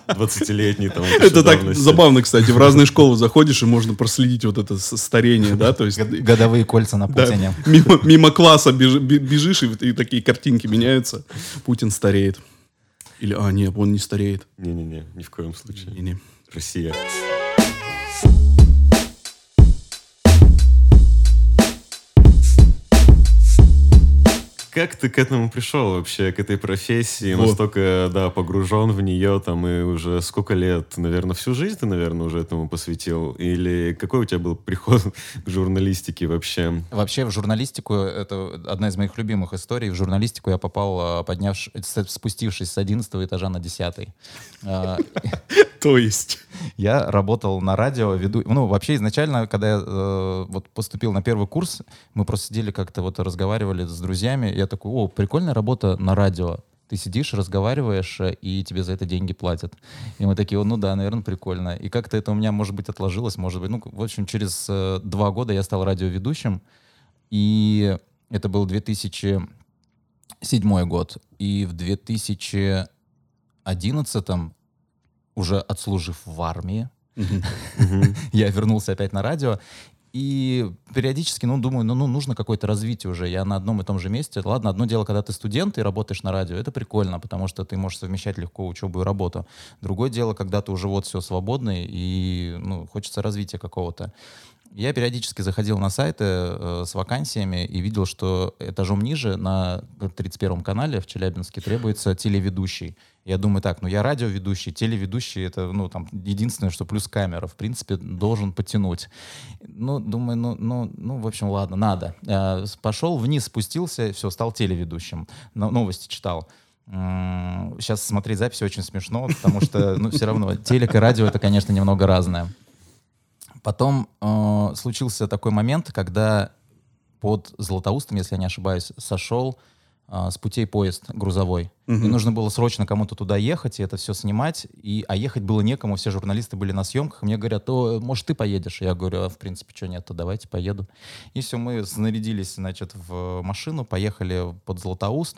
Speaker 1: двадцатилетний. Там,
Speaker 3: это так давности. Забавно, кстати. В разные школы заходишь, и можно проследить вот это старение, да? То есть,
Speaker 2: годовые кольца на Путине.
Speaker 3: Да, мимо, мимо класса беж, бежишь, и, и такие картинки меняются. Путин стареет. Или, а, нет, он не стареет.
Speaker 1: Не-не-не, ни в коем случае.
Speaker 3: Не-не.
Speaker 1: Россия. Как ты к этому пришел вообще, к этой профессии? Вот. Настолько, да, погружен в нее, там, и уже сколько лет? Наверное, всю жизнь ты, наверное, уже этому посвятил? Или какой у тебя был приход к журналистике вообще?
Speaker 2: Вообще в журналистику, это одна из моих любимых историй. В журналистику я попал, поднявшись, спустившись с одиннадцатого этажа на десятый.
Speaker 3: То есть?
Speaker 2: Я работал на радио, веду... Ну, вообще изначально, когда я э, вот поступил на первый курс, мы просто сидели как-то вот разговаривали с друзьями. Я такой, о, прикольная работа на радио. Ты сидишь, разговариваешь, и тебе за это деньги платят. И мы такие, ну да, наверное, прикольно. И как-то это у меня, может быть, отложилось, может быть. Ну, в общем, через э, два года я стал радиоведущим. И это был две тысячи седьмой год. И в две тысячи одиннадцатом уже отслужив в армии, uh-huh. я вернулся опять на радио. И периодически, ну, думаю, ну, ну, нужно какое-то развитие уже. Я на одном и том же месте. Ладно, одно дело, когда ты студент и работаешь на радио, это прикольно, потому что ты можешь совмещать легко учебу и работу. Другое дело, когда ты уже вот все свободный и, ну, хочется развития какого-то. Я периодически заходил на сайты э, с вакансиями и видел, что этажом ниже на тридцать первом канале в Челябинске требуется телеведущий. Я думаю, так, ну я радиоведущий, телеведущий — это, ну, там, единственное, что плюс камера, в принципе, должен потянуть. Ну, думаю, ну, ну, ну в общем, ладно, надо. Э, пошел вниз, спустился, все, стал телеведущим. Но, новости читал. Сейчас смотреть запись очень смешно, потому что, ну, все равно телек и радио — это, конечно, немного разное. Потом э, случился такой момент, когда под Златоустом, если я не ошибаюсь, сошел э, с путей поезд грузовой. Uh-huh. И нужно было срочно кому-то туда ехать и это все снимать. И, а ехать было некому, все журналисты были на съемках. Мне говорят, о, может, ты поедешь? Я говорю, а в принципе, что нет, то давайте поеду. И все, мы снарядились, значит, в машину, поехали под Златоуст.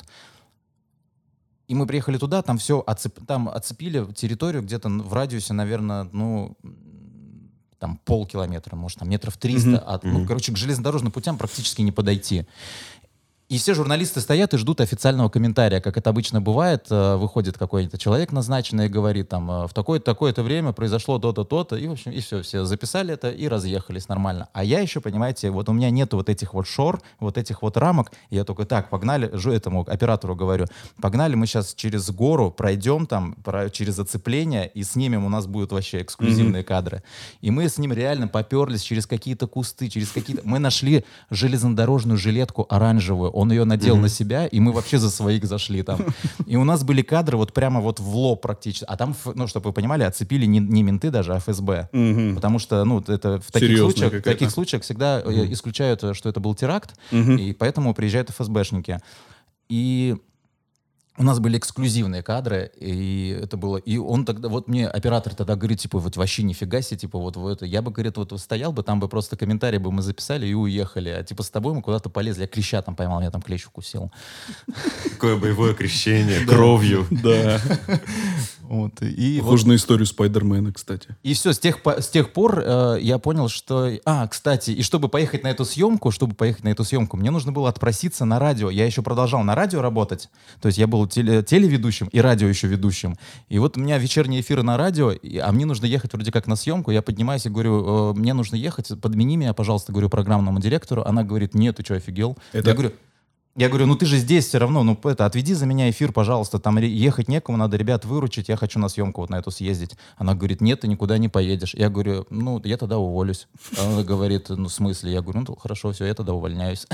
Speaker 2: И мы приехали туда, там все оцеп... там оцепили территорию где-то в радиусе, наверное, ну... там полкилометра, может, там метров триста. Mm-hmm. От, ну, mm-hmm. короче, к железнодорожным путям практически не подойти. И все журналисты стоят и ждут официального комментария, как это обычно бывает. Выходит какой-то человек назначенный и говорит, там, в такое-то, такое-то время произошло то-то, то-то, и, в общем, и все, все записали это и разъехались нормально. А я еще, понимаете, вот у меня нету вот этих вот шор, вот этих вот рамок, и я только так, погнали, жу этому оператору говорю, погнали, мы сейчас через гору пройдем там, про, через зацепление и снимем, у нас будут вообще эксклюзивные mm-hmm. кадры. И мы с ним реально поперлись через какие-то кусты, через какие-то... Мы нашли железнодорожную жилетку оранжевую, он ее надел mm-hmm. на себя, и мы вообще за своих зашли там. И у нас были кадры вот прямо вот в лоб практически. А там, ну, чтобы вы понимали, оцепили не, не менты даже, а эф эс бэ. Mm-hmm. Потому что, ну, это в таких случаях, в таких случаях всегда mm-hmm. исключают, что это был теракт, mm-hmm. и поэтому приезжают эф эс бэшники. И у нас были эксклюзивные кадры, и это было... И он тогда... Вот мне оператор тогда говорит, типа, вот вообще нифига себе, типа, вот, вот это... Я бы, говорит, вот стоял бы, там бы просто комментарии бы мы записали и уехали. А типа с тобой мы куда-то полезли. Я клеща там поймал, меня там клещ укусил.
Speaker 1: Какое боевое крещение, кровью.
Speaker 3: Да.
Speaker 2: Вот, и
Speaker 3: Похоже
Speaker 2: вот,
Speaker 3: на историю Спайдермена, кстати.
Speaker 2: И все, с тех, с тех пор э, я понял, что... А, кстати, и чтобы поехать на эту съемку, чтобы поехать на эту съемку, мне нужно было отпроситься на радио. Я еще продолжал на радио работать. То есть я был теле, телеведущим и радио еще ведущим. И вот у меня вечерние эфиры на радио, и, а мне нужно ехать вроде как на съемку. Я поднимаюсь и говорю, э, мне нужно ехать, подмени меня, пожалуйста, говорю программному директору. Она говорит, нет, ты что, офигел? Это... Я говорю... Я говорю, ну ты же здесь все равно, ну это, отведи за меня эфир, пожалуйста, там ехать некому, надо ребят выручить, я хочу на съемку вот на эту съездить. Она говорит, нет, ты никуда не поедешь. Я говорю, ну я тогда уволюсь. Она говорит, ну в смысле? Я говорю, ну хорошо, все, я тогда увольняюсь.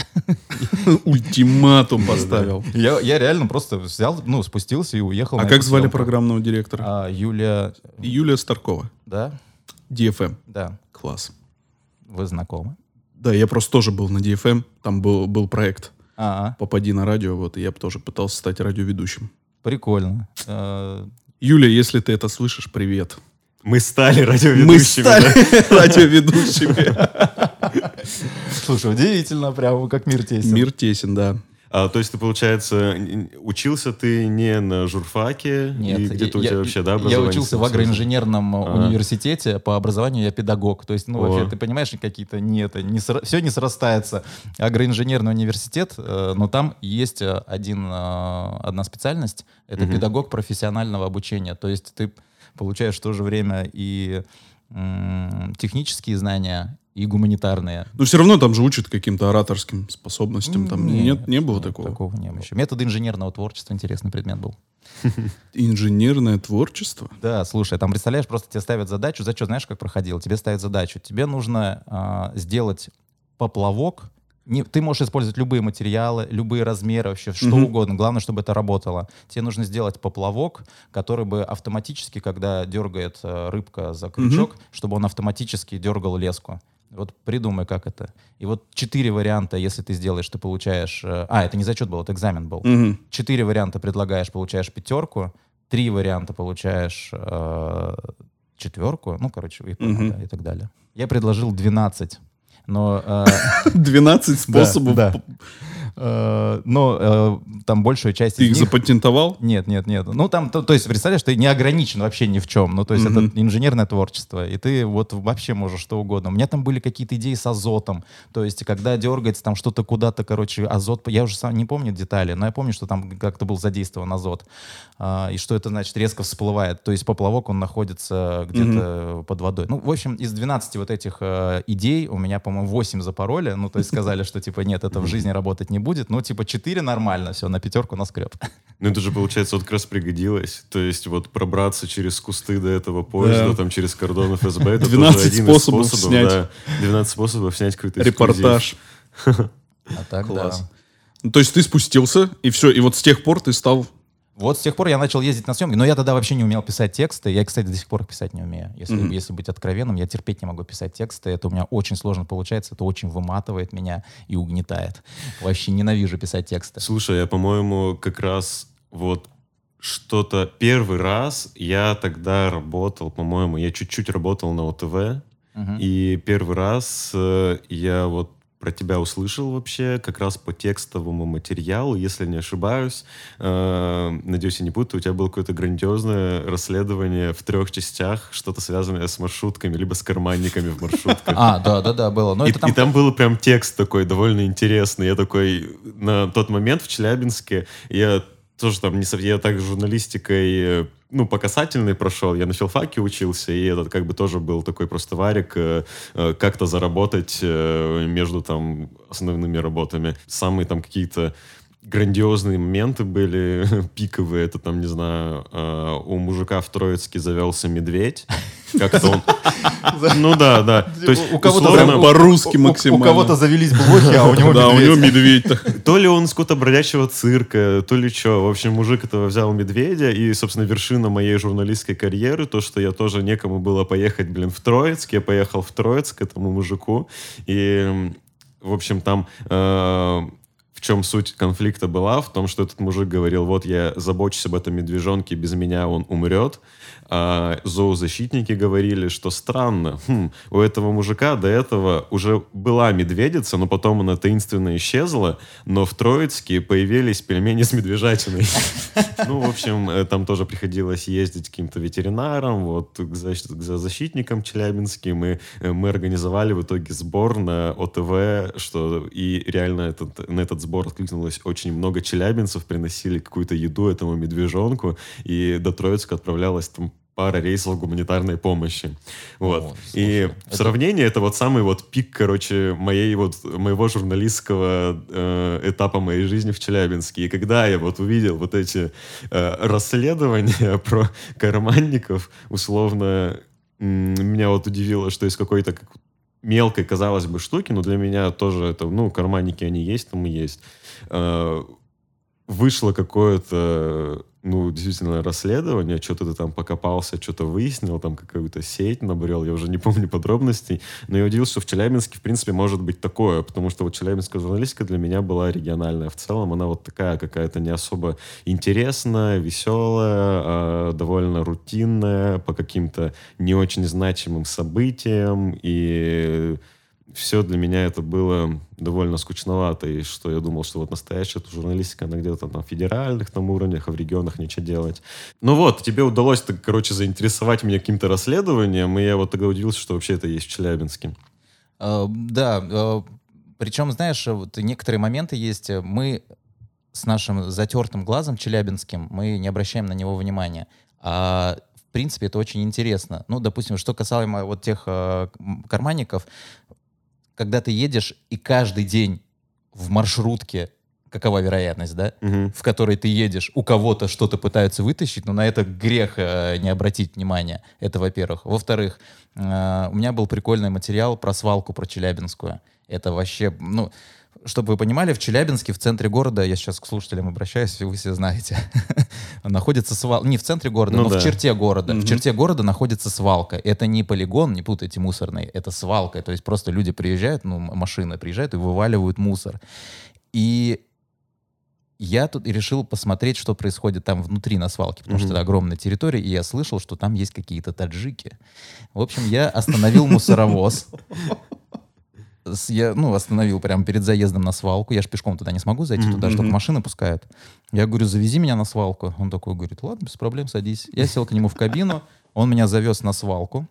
Speaker 3: Ультиматум поставил.
Speaker 2: Я реально просто взял, ну спустился и уехал.
Speaker 3: А как звали программного директора?
Speaker 2: Юлия...
Speaker 3: Юлия Старкова.
Speaker 2: Да.
Speaker 3: ди эф эм.
Speaker 2: Да.
Speaker 3: Класс.
Speaker 2: Вы знакомы?
Speaker 3: Да, я просто тоже был на ди эф эм, там был, был проект.
Speaker 2: А-а.
Speaker 3: «Попади на радио», вот, и я тоже пытался стать радиоведущим.
Speaker 2: Прикольно.
Speaker 3: Юля, если ты это слышишь, привет.
Speaker 1: Мы стали радиоведущими.
Speaker 3: Мы стали радиоведущими.
Speaker 2: Слушай, удивительно, прям как мир тесен.
Speaker 3: Мир тесен, да.
Speaker 1: А, то есть ты, получается, учился ты не на журфаке?
Speaker 2: Нет,
Speaker 1: и где-то у
Speaker 2: я,
Speaker 1: тебя вообще, да,
Speaker 2: я
Speaker 1: образование?
Speaker 2: учился в агроинженерном
Speaker 1: А.
Speaker 2: университете, по образованию я педагог. То есть, ну,
Speaker 1: О.
Speaker 2: вообще, ты понимаешь, какие-то не это, не сра- все не срастается. Агроинженерный университет, э, но там есть э, один, э, одна специальность, это
Speaker 1: Мгм.
Speaker 2: педагог профессионального обучения. То есть ты получаешь в то же время и м, технические знания, и гуманитарные.
Speaker 3: Но все равно там же учат каким-то ораторским способностям. Там
Speaker 2: Нет,
Speaker 3: нет, не было
Speaker 2: нет,
Speaker 3: такого?
Speaker 2: Такого не было еще. Методы инженерного творчества, интересный предмет был.
Speaker 3: Инженерное творчество?
Speaker 2: Да, слушай, там, представляешь, просто тебе ставят задачу, зачет, знаешь, как проходил? Тебе ставят задачу, тебе нужно а, сделать поплавок. Не, ты можешь использовать любые материалы, любые размеры, вообще что
Speaker 3: Мгм.
Speaker 2: угодно. Главное, чтобы это работало. Тебе нужно сделать поплавок, который бы автоматически, когда дергает э, рыбка за крючок, чтобы он автоматически дергал леску. Вот придумай, как это. И вот четыре варианта, если ты сделаешь, ты получаешь... э, А, это не зачет был, это экзамен был.
Speaker 3: Мгм.
Speaker 2: Четыре варианта предлагаешь, получаешь пятерку. Три варианта получаешь э, четверку. Ну, короче, и,
Speaker 3: Мгм.
Speaker 2: да, и так далее. Я предложил двенадцать. Но, э,
Speaker 3: двенадцать способов.
Speaker 2: да, да. Э, но э, там большая часть
Speaker 3: Ты
Speaker 2: из
Speaker 3: их
Speaker 2: них...
Speaker 3: запатентовал?
Speaker 2: Нет, нет, нет. Ну, там, то, то есть, представляешь, ты не ограничен вообще ни в чем. Ну, то есть,
Speaker 3: Мгм.
Speaker 2: это инженерное творчество, и ты вот вообще можешь что угодно. У меня там были какие-то идеи с азотом. То есть, когда дергается там что-то куда-то, короче, азот... Я уже сам не помню детали, но я помню, что там как-то был задействован азот. А, и что это значит резко всплывает. То есть, поплавок, он находится где-то под водой. Ну, в общем, из двенадцати вот этих э, идей у меня, по-моему, восемь запороли. Ну, то есть, сказали, что, типа, нет, это в жизни работать не будет. Ну, типа, четыре нормально, все, на пятерку наскреб.
Speaker 1: Ну, это же, получается, вот как раз пригодилось. То есть вот пробраться через кусты до этого поезда,
Speaker 3: Да.
Speaker 1: там через кордон эф эс бэ, это
Speaker 3: двенадцать
Speaker 1: тоже один
Speaker 3: способов
Speaker 1: из способов,
Speaker 3: снять.
Speaker 1: да, двенадцать способов снять какой-то
Speaker 3: Репортаж.
Speaker 2: А так,
Speaker 3: Класс.
Speaker 2: да.
Speaker 3: Ну, то есть ты спустился, и все, и вот с тех пор ты стал...
Speaker 2: Вот с тех пор я начал ездить на съемки, но я тогда вообще не умел писать тексты. Я, кстати, до сих пор их писать не умею. Если,
Speaker 3: Мгм.
Speaker 2: если быть откровенным, я терпеть не могу писать тексты. Это у меня очень сложно получается, это очень выматывает меня и угнетает. Вообще ненавижу писать тексты.
Speaker 1: Слушай, я, по-моему, как раз вот что-то первый раз я тогда работал, по-моему, я чуть-чуть работал на о тэ вэ,
Speaker 2: Мгм.
Speaker 1: и первый раз э, я вот про тебя услышал вообще как раз по текстовому материалу, если не ошибаюсь. Э, надеюсь, я не путаю, у тебя было какое-то грандиозное расследование в трех частях, что-то связанное с маршрутками, либо с карманниками в маршрутках.
Speaker 2: А, да, да, да, было. Но
Speaker 1: И,
Speaker 2: это там...
Speaker 1: и там был прям текст такой довольно интересный. Я такой, на тот момент в Челябинске, я тоже там, не, сов- я так журналистикой, э, ну, по касательной прошел, я на филфаке учился, и этот как бы тоже был такой просто варик, э, э, как-то заработать э, между там основными работами. Самые там какие-то грандиозные моменты были, пиковые, это там, не знаю, э, у мужика в Троицке завелся медведь, как-то он... Ну да, да. То есть,
Speaker 2: У кого-то
Speaker 1: условно,
Speaker 2: за-
Speaker 3: по-русски
Speaker 2: у- у-
Speaker 3: максимально.
Speaker 2: У кого-то завелись блохи, а у него
Speaker 3: Да, у него
Speaker 2: медведь.
Speaker 3: медведь.
Speaker 1: то ли он с какого-то бродячего цирка, то ли что. В общем, мужик этого взял медведя, и, собственно, вершина моей журналистской карьеры, то, что я тоже некому было поехать, блин, в Троицк. Я поехал в Троицк к этому мужику, и, м, в общем, там... э, в чем суть конфликта была? В том, что этот мужик говорил, вот я забочусь об этом медвежонке, без меня он умрет. А зоозащитники говорили, что странно, хм, у этого мужика до этого уже была медведица, но потом она таинственно исчезла, но в Троицке появились пельмени с медвежатиной. Ну, в общем, э, там тоже приходилось ездить к каким-то ветеринарам, вот, к защ- к зоозащитникам челябинским, и э, мы организовали в итоге сбор на о тэ вэ, что и реально этот, на этот сбор откликнулось очень много челябинцев, приносили какую-то еду этому медвежонку, и до Троицка отправлялась там пара рейсов гуманитарной помощи. Вот.
Speaker 2: О,
Speaker 1: И
Speaker 2: слушай,
Speaker 1: в
Speaker 2: это-
Speaker 1: сравнении это вот самый вот пик, короче, моей вот, моего журналистского э, этапа моей жизни в Челябинске. И когда я вот увидел вот эти э, расследования про карманников, условно, м, меня вот удивило, что из какой-то как- мелкой, казалось бы, штуки, но для меня тоже это, ну, карманники они есть, там и есть. Э, вышло какое-то, ну, действительно, расследование, что-то ты там покопался, что-то выяснил, там какую-то сеть набрел, я уже не помню подробностей, но я удивился, что в Челябинске, в принципе, может быть такое, потому что вот челябинская журналистика для меня была региональная. В целом она вот такая какая-то не особо интересная, веселая, а довольно рутинная, по каким-то не очень значимым событиям, и все для меня это было довольно скучновато, и что я думал, что вот настоящая журналистика, она где-то на федеральных там уровнях, а в регионах ничего делать. Ну вот, тебе удалось, так, короче, заинтересовать меня каким-то расследованием, и я вот тогда удивился, что вообще это есть в Челябинске.
Speaker 2: Uh, да, uh, причем, знаешь, вот некоторые моменты есть, мы с нашим затертым глазом челябинским, мы не обращаем на него внимания, а в принципе это очень интересно. Ну, допустим, что касаемо вот тех uh, карманников, когда ты едешь и каждый день в маршрутке, какова вероятность, да,
Speaker 1: угу.
Speaker 2: в которой ты едешь, у кого-то что-то пытаются вытащить, но на это грех э, не обратить внимания. Это, во-первых. Во-вторых, э, у меня был прикольный материал про свалку, про Челябинскую. Это вообще, ну, чтобы вы понимали, в Челябинске, в центре города, я сейчас к слушателям обращаюсь, вы все знаете, находится свалка, не в центре города,
Speaker 1: ну
Speaker 2: но
Speaker 1: да.
Speaker 2: в черте города.
Speaker 3: Mm-hmm.
Speaker 2: В черте города находится свалка. Это не полигон, не путайте, мусорный, это свалка. То есть просто люди приезжают, ну, машины приезжают и вываливают мусор. И я тут решил посмотреть, что происходит там внутри на свалке, потому mm-hmm. что это огромная территория, и я слышал, что там есть какие-то таджики. В общем, я остановил мусоровоз. Я, ну, остановил прямо перед заездом на свалку. Я же пешком туда не смогу зайти, mm-hmm. туда же только машины пускают. Я говорю, завези меня на свалку. Он такой говорит, ладно, без проблем, садись. Я сел к нему в кабину, он меня завез на свалку.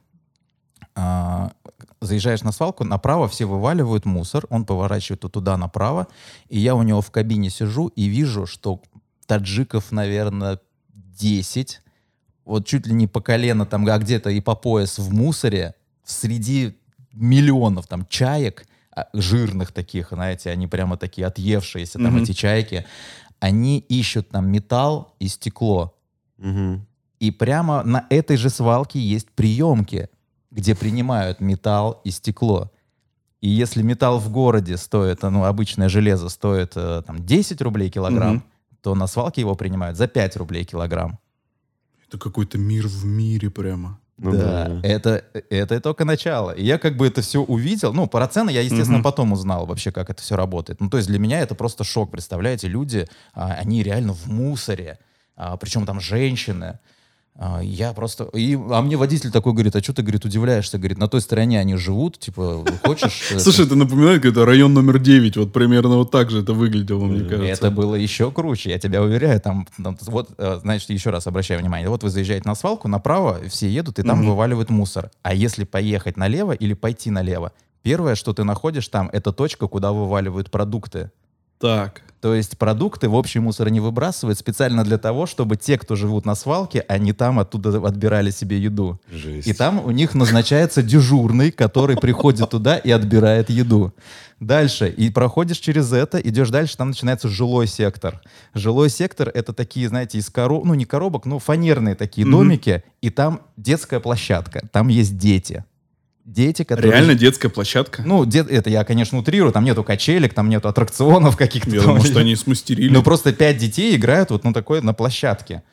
Speaker 2: А, заезжаешь на свалку, направо все вываливают мусор, он поворачивает туда направо, и я у него в кабине сижу и вижу, что таджиков, наверное, десять, вот чуть ли не по колено, там, а где-то и по пояс в мусоре, среди миллионов там чаек, жирных таких, знаете, они прямо такие отъевшиеся, там
Speaker 3: Mm-hmm.
Speaker 2: эти чайки, они ищут там металл и стекло.
Speaker 1: Mm-hmm.
Speaker 2: И прямо на этой же свалке есть приемки, где принимают металл и стекло. И если металл в городе стоит, ну, обычное железо стоит там десять рублей килограмм, mm-hmm. то на свалке его принимают за пять рублей килограмм.
Speaker 3: Это какой-то мир в мире прямо.
Speaker 1: Ну,
Speaker 2: да,
Speaker 1: да.
Speaker 2: Это, это только начало. И я как бы это все увидел. Ну, про цены я, естественно,
Speaker 3: Мгм.
Speaker 2: потом узнал вообще, как это все работает. Ну, то есть для меня это просто шок. Представляете, люди, а, они реально в мусоре. А, причем там женщины. А, я просто... И, а мне водитель такой говорит, а что ты, говорит, удивляешься? Говорит, на той стороне они живут, типа, хочешь...
Speaker 3: Слушай, это напоминает какой-то район номер девять. Вот примерно вот так же это выглядело, мне кажется.
Speaker 2: Это было еще круче, я тебя уверяю. Там, там вот, э, значит, еще раз обращаю внимание. Вот вы заезжаете на свалку, направо все едут, и там
Speaker 3: Мгм.
Speaker 2: вываливают мусор. А если поехать налево или пойти налево, первое, что ты находишь там, это точка, куда вываливают продукты.
Speaker 3: Так.
Speaker 2: То есть продукты в общий мусор не выбрасывают специально для того, чтобы те, кто живут на свалке, они там оттуда отбирали себе еду.
Speaker 1: Жесть.
Speaker 2: И там у них назначается дежурный, который приходит туда и отбирает еду. Дальше. И проходишь через это, идешь дальше, там начинается жилой сектор. Жилой сектор — это такие, знаете, из коробок, ну не коробок, но фанерные такие
Speaker 3: Мгм.
Speaker 2: домики, и там детская площадка, там есть дети. Дети, которые...
Speaker 3: Реально детская площадка?
Speaker 2: Ну, дет- это я, конечно, утрирую, там нету качелек, там нету аттракционов каких-то.
Speaker 3: Я
Speaker 2: там.
Speaker 3: думал, что они смастерили.
Speaker 2: Ну, просто пять детей играют вот на такой, на площадке.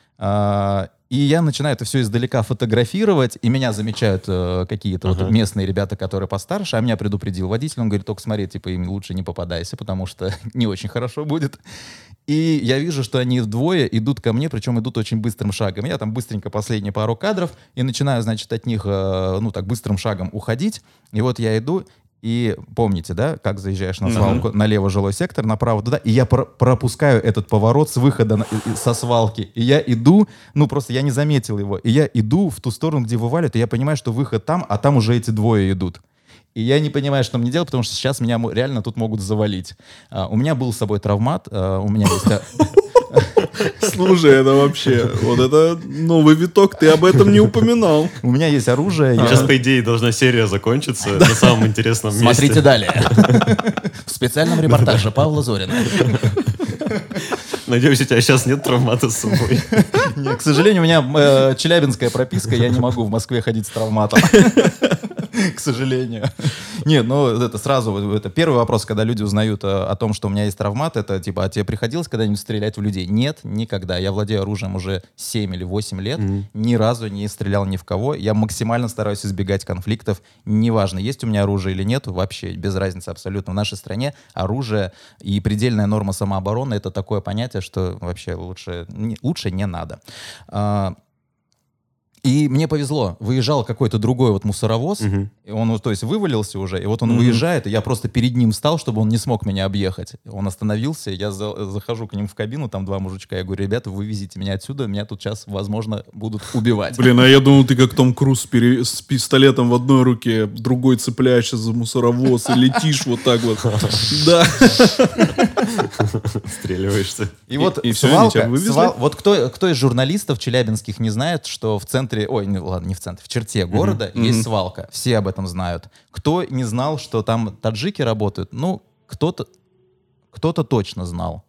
Speaker 2: А, и я начинаю это все издалека фотографировать, и меня замечают э, какие-то
Speaker 1: Ага.
Speaker 2: вот местные ребята, которые постарше, а меня предупредил водитель, он говорит, только смотри, типа, им лучше не попадайся, потому что не очень хорошо будет. И я вижу, что они вдвое идут ко мне, причем идут очень быстрым шагом. Я там быстренько последние пару кадров и начинаю, значит, от них, э, ну, так, быстрым шагом уходить. И вот я иду, и помните, да, как заезжаешь на свалку, налево жилой сектор, направо туда, и я пр- пропускаю этот поворот с выхода на- и- и- со свалки. И я иду, ну, просто я не заметил его, и я иду в ту сторону, где вываливают, и я понимаю, что выход там, а там уже эти двое идут. И я не понимаю, что мне делать, потому что сейчас меня мо- реально тут могут завалить. А, у меня был с собой травмат, а, у меня есть... а,
Speaker 3: Слушай, это вообще... Вот это новый виток, ты об этом не упоминал.
Speaker 2: У меня есть оружие. я-
Speaker 1: Сейчас, по идее, должна серия закончиться на самом интересном месте.
Speaker 2: Смотрите далее. В специальном репортаже Павла Зорина.
Speaker 1: Надеюсь, у тебя сейчас нет травмата с собой.
Speaker 2: Не, к сожалению, у меня э, челябинская прописка, я не могу в Москве ходить с травматом. К сожалению. Нет, ну это сразу, это первый вопрос, когда люди узнают о, о том, что у меня есть травмат, это типа, а тебе приходилось когда-нибудь стрелять в людей? Нет, никогда. Я владею оружием уже семь или восемь лет,
Speaker 1: Мгм.
Speaker 2: ни разу не стрелял ни в кого. Я максимально стараюсь избегать конфликтов. Неважно, есть у меня оружие или нет, вообще без разницы абсолютно. В нашей стране оружие и предельная норма самообороны — это такое понятие, что вообще лучше, не- лучше не надо. А, И мне повезло, выезжал какой-то другой вот мусоровоз,
Speaker 1: Мгм.
Speaker 2: и он, вот, то есть, вывалился уже, и вот он
Speaker 3: Мгм.
Speaker 2: выезжает, и я просто перед ним встал, чтобы он не смог меня объехать. Он остановился, я за- захожу к ним в кабину, там два мужичка, я говорю, ребята, вывезите меня отсюда, меня тут сейчас, возможно, будут убивать.
Speaker 3: Блин, а я думал, ты как Том Круз пере- с пистолетом в одной руке, другой цепляешься за мусоровоз и летишь вот так вот. Да.
Speaker 1: Стреливаешься.
Speaker 2: И вот
Speaker 3: и всё, они
Speaker 2: свалка,
Speaker 3: тебя вывезли?
Speaker 2: свал- вот кто, кто из журналистов челябинских не знает, что в центре, ой, не, ладно, не в центре, в черте города
Speaker 3: Мгм.
Speaker 2: есть свалка. Все об этом знают. Кто не знал, что там таджики работают? Ну, кто-то, кто-то точно знал.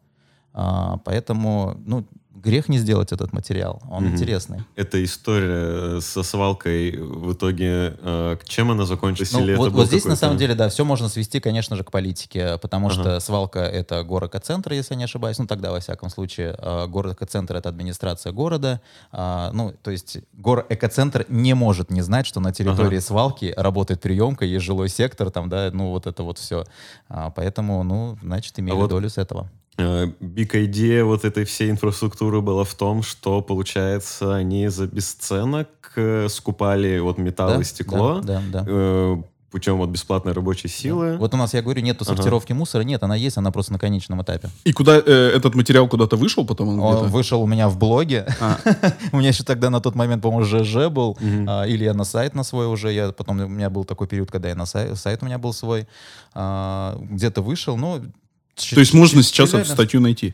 Speaker 2: А, поэтому, ну, грех не сделать этот материал. Он
Speaker 1: Мгм.
Speaker 2: интересный.
Speaker 1: Эта история со свалкой в итоге, э, к чем она закончилась?
Speaker 2: Ну,
Speaker 1: Или
Speaker 2: вот,
Speaker 1: это был
Speaker 2: вот здесь, на
Speaker 1: какой-то-
Speaker 2: самом деле, да, все можно свести, конечно же, к политике, потому
Speaker 1: Ага.
Speaker 2: что свалка — это город экоцентр, если я не ошибаюсь, ну, тогда, во всяком случае, а, город экоцентр — это администрация города, а, ну, то есть город экоцентр не может не знать, что на территории
Speaker 1: Ага.
Speaker 2: свалки работает приемка, есть жилой сектор, там, да, ну, вот это вот все. Поэтому, ну, значит, имели
Speaker 1: вот-
Speaker 2: долю с этого.
Speaker 1: Биг идея вот этой всей инфраструктуры была в том, что, получается, они за бесценок э, скупали вот металл
Speaker 2: Да,
Speaker 1: и стекло
Speaker 2: да, да, да.
Speaker 1: э, путем вот бесплатной рабочей силы.
Speaker 2: Вот у нас, я говорю, нету
Speaker 1: Ага.
Speaker 2: сортировки мусора, нет, она есть, она просто на конечном этапе.
Speaker 3: И куда э, этот материал куда-то вышел потом? Он
Speaker 2: Он
Speaker 3: где-то?
Speaker 2: вышел у меня в блоге.
Speaker 3: А.
Speaker 2: У меня еще тогда на тот момент, по-моему, ЖЖ был.
Speaker 1: Мгм.
Speaker 2: а, Или я на сайт на свой уже. Я потом у меня был такой период, когда я на сайт, сайт у меня был свой. а, Где-то вышел. Ну, ч-
Speaker 3: То есть можно
Speaker 2: ч-
Speaker 3: сейчас эту
Speaker 2: Челябинск.
Speaker 3: статью найти?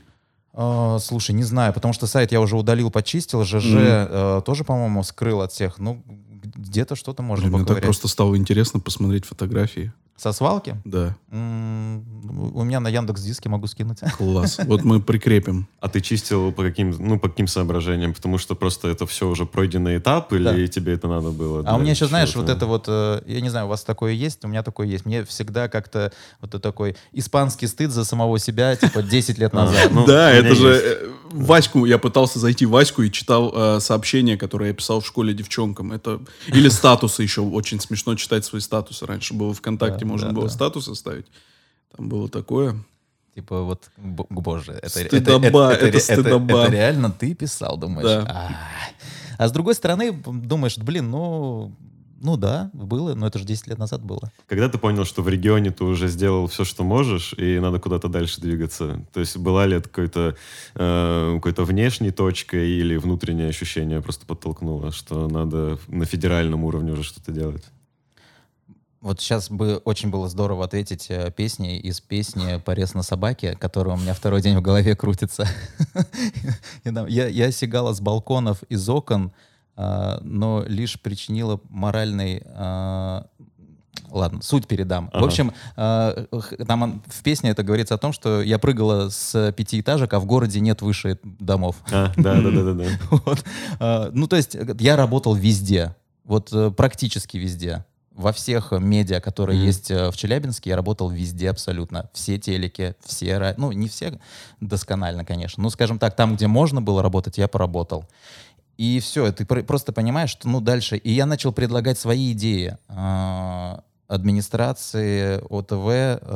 Speaker 2: А, Слушай, не знаю, потому что сайт я уже удалил, почистил. ЖЖ
Speaker 3: Мгм.
Speaker 2: э, тоже, по-моему, скрыл от всех. Ну, где-то что-то можно
Speaker 3: Блин, мне так
Speaker 2: поковырять.
Speaker 3: просто стало интересно посмотреть фотографии.
Speaker 2: Со свалки?
Speaker 3: Да,
Speaker 2: М, У меня на Яндекс.Диске могу скинуть.
Speaker 3: класс. Вот мы прикрепим.
Speaker 1: А ты чистил по каким, ну, по каким соображениям? Потому что просто это все уже пройденный этап, или
Speaker 2: Да.
Speaker 1: тебе это надо было?
Speaker 2: А у
Speaker 1: для
Speaker 2: меня еще, знаешь,
Speaker 1: чего-то?
Speaker 2: вот это вот, э, я не знаю, у вас такое есть, у меня такое есть. Мне всегда как-то вот это такой испанский стыд за самого себя, типа, десять лет назад.
Speaker 1: Ну,
Speaker 3: Да,
Speaker 1: у меня
Speaker 3: это же
Speaker 1: есть.
Speaker 3: э, Ваську, я пытался зайти в Ваську и читал э, сообщения, которые я писал в школе девчонкам. Это или статусы еще, очень смешно читать свои статусы. Раньше было ВКонтакте,
Speaker 2: Да,
Speaker 3: можно
Speaker 2: да,
Speaker 3: было
Speaker 2: да.
Speaker 3: статусы ставить. Там было такое.
Speaker 2: Типа вот, б- боже, это,
Speaker 3: Стыдоба, это
Speaker 2: ре-
Speaker 3: стыдоба.
Speaker 2: это реально ты писал, думаешь?
Speaker 3: Да.
Speaker 2: А. А с другой стороны, думаешь, блин, ну, ну да, было, но это же десять лет назад было.
Speaker 1: Когда ты понял, что в регионе ты уже сделал все, что можешь, и надо куда-то дальше двигаться? То есть была ли это какой-то, э, какой-то внешней точкой или внутреннее ощущение просто подтолкнуло, что надо на федеральном уровне уже что-то делать?
Speaker 2: Вот сейчас бы очень было здорово ответить э, песней из песни «Порез на собаке», которая у меня второй день в голове крутится. И там, Я я сигала с балконов, из окон, а, но лишь причинила моральный... а, Ладно, суть передам. В
Speaker 1: Ага.
Speaker 2: общем, а, х- там он- в песне это говорится о том, что я прыгала с пятиэтажек, а в городе нет выше домов.
Speaker 1: А, да, да, да, да, да.
Speaker 2: Вот. А, Ну, то есть э, я работал везде, вот э, практически везде. Во всех медиа, которые
Speaker 1: Мгм.
Speaker 2: есть э, в Челябинске, я работал везде абсолютно. Все телеки, все... ра- Ну, не все досконально, конечно. Ну, скажем так, там, где можно было работать, я поработал. И все, ты пр- просто понимаешь, что ну дальше... И я начал предлагать свои идеи а, администрации, ОТВ.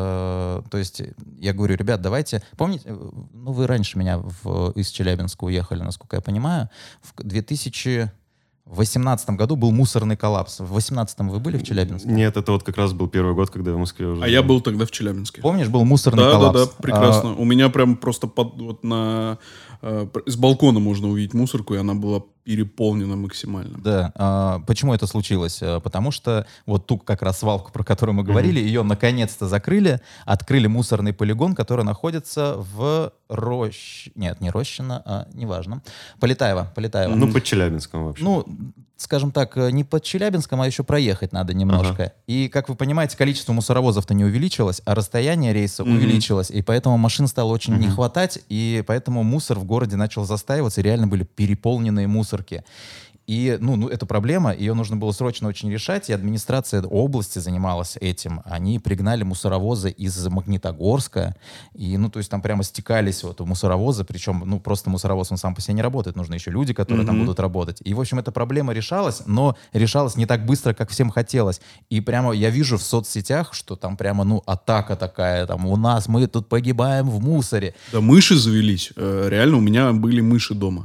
Speaker 2: э, То есть я говорю, ребят, давайте... Помните, э, ну вы раньше меня в- из Челябинска уехали, насколько я понимаю. В две тысячи восемнадцатом году был мусорный коллапс. В восемнадцатом вы были в Челябинске?
Speaker 1: Нет, это вот как раз был первый год, когда я в Москве уже
Speaker 3: А я
Speaker 1: жил.
Speaker 3: был тогда в Челябинске.
Speaker 2: Помнишь, был мусорный
Speaker 3: Да, да,
Speaker 2: коллапс?
Speaker 3: да, прекрасно. У меня прям просто под, вот на, э, пр- с балкона можно увидеть мусорку, и она была переполнена максимально.
Speaker 2: Да. а, почему это случилось? А, Потому что вот ту как раз свалку, про которую мы говорили, ее наконец-то закрыли, открыли мусорный полигон, который находится в Рощ... Нет, не Рощино, а неважно. Полетаево. Полетаево.
Speaker 1: Ну, под Челябинском вообще.
Speaker 2: Ну, скажем так, э, не под Челябинском, а еще проехать надо немножко. И, как вы понимаете, количество мусоровозов-то не увеличилось, а расстояние рейса
Speaker 3: Мгм.
Speaker 2: увеличилось, и поэтому машин стало очень не
Speaker 1: Мгм.
Speaker 2: хватать, и поэтому мусор в городе начал застаиваться, и реально были переполненные мусорки. И, ну, ну, это проблема, ее нужно было срочно очень решать, и администрация области занималась этим. Они пригнали мусоровозы из Магнитогорска, и, ну, то есть там прямо стекались вот мусоровозы, причем, ну, просто мусоровоз, он сам по себе не работает, нужны еще люди, которые там
Speaker 3: Мгм.
Speaker 2: будут работать. И, в общем, эта проблема решалась, но решалась не так быстро, как всем хотелось. И прямо я вижу в соцсетях, что там прямо, ну, атака такая, там, у нас, мы тут погибаем в мусоре.
Speaker 3: Да, мыши завелись. Э, Реально, у меня были мыши дома. То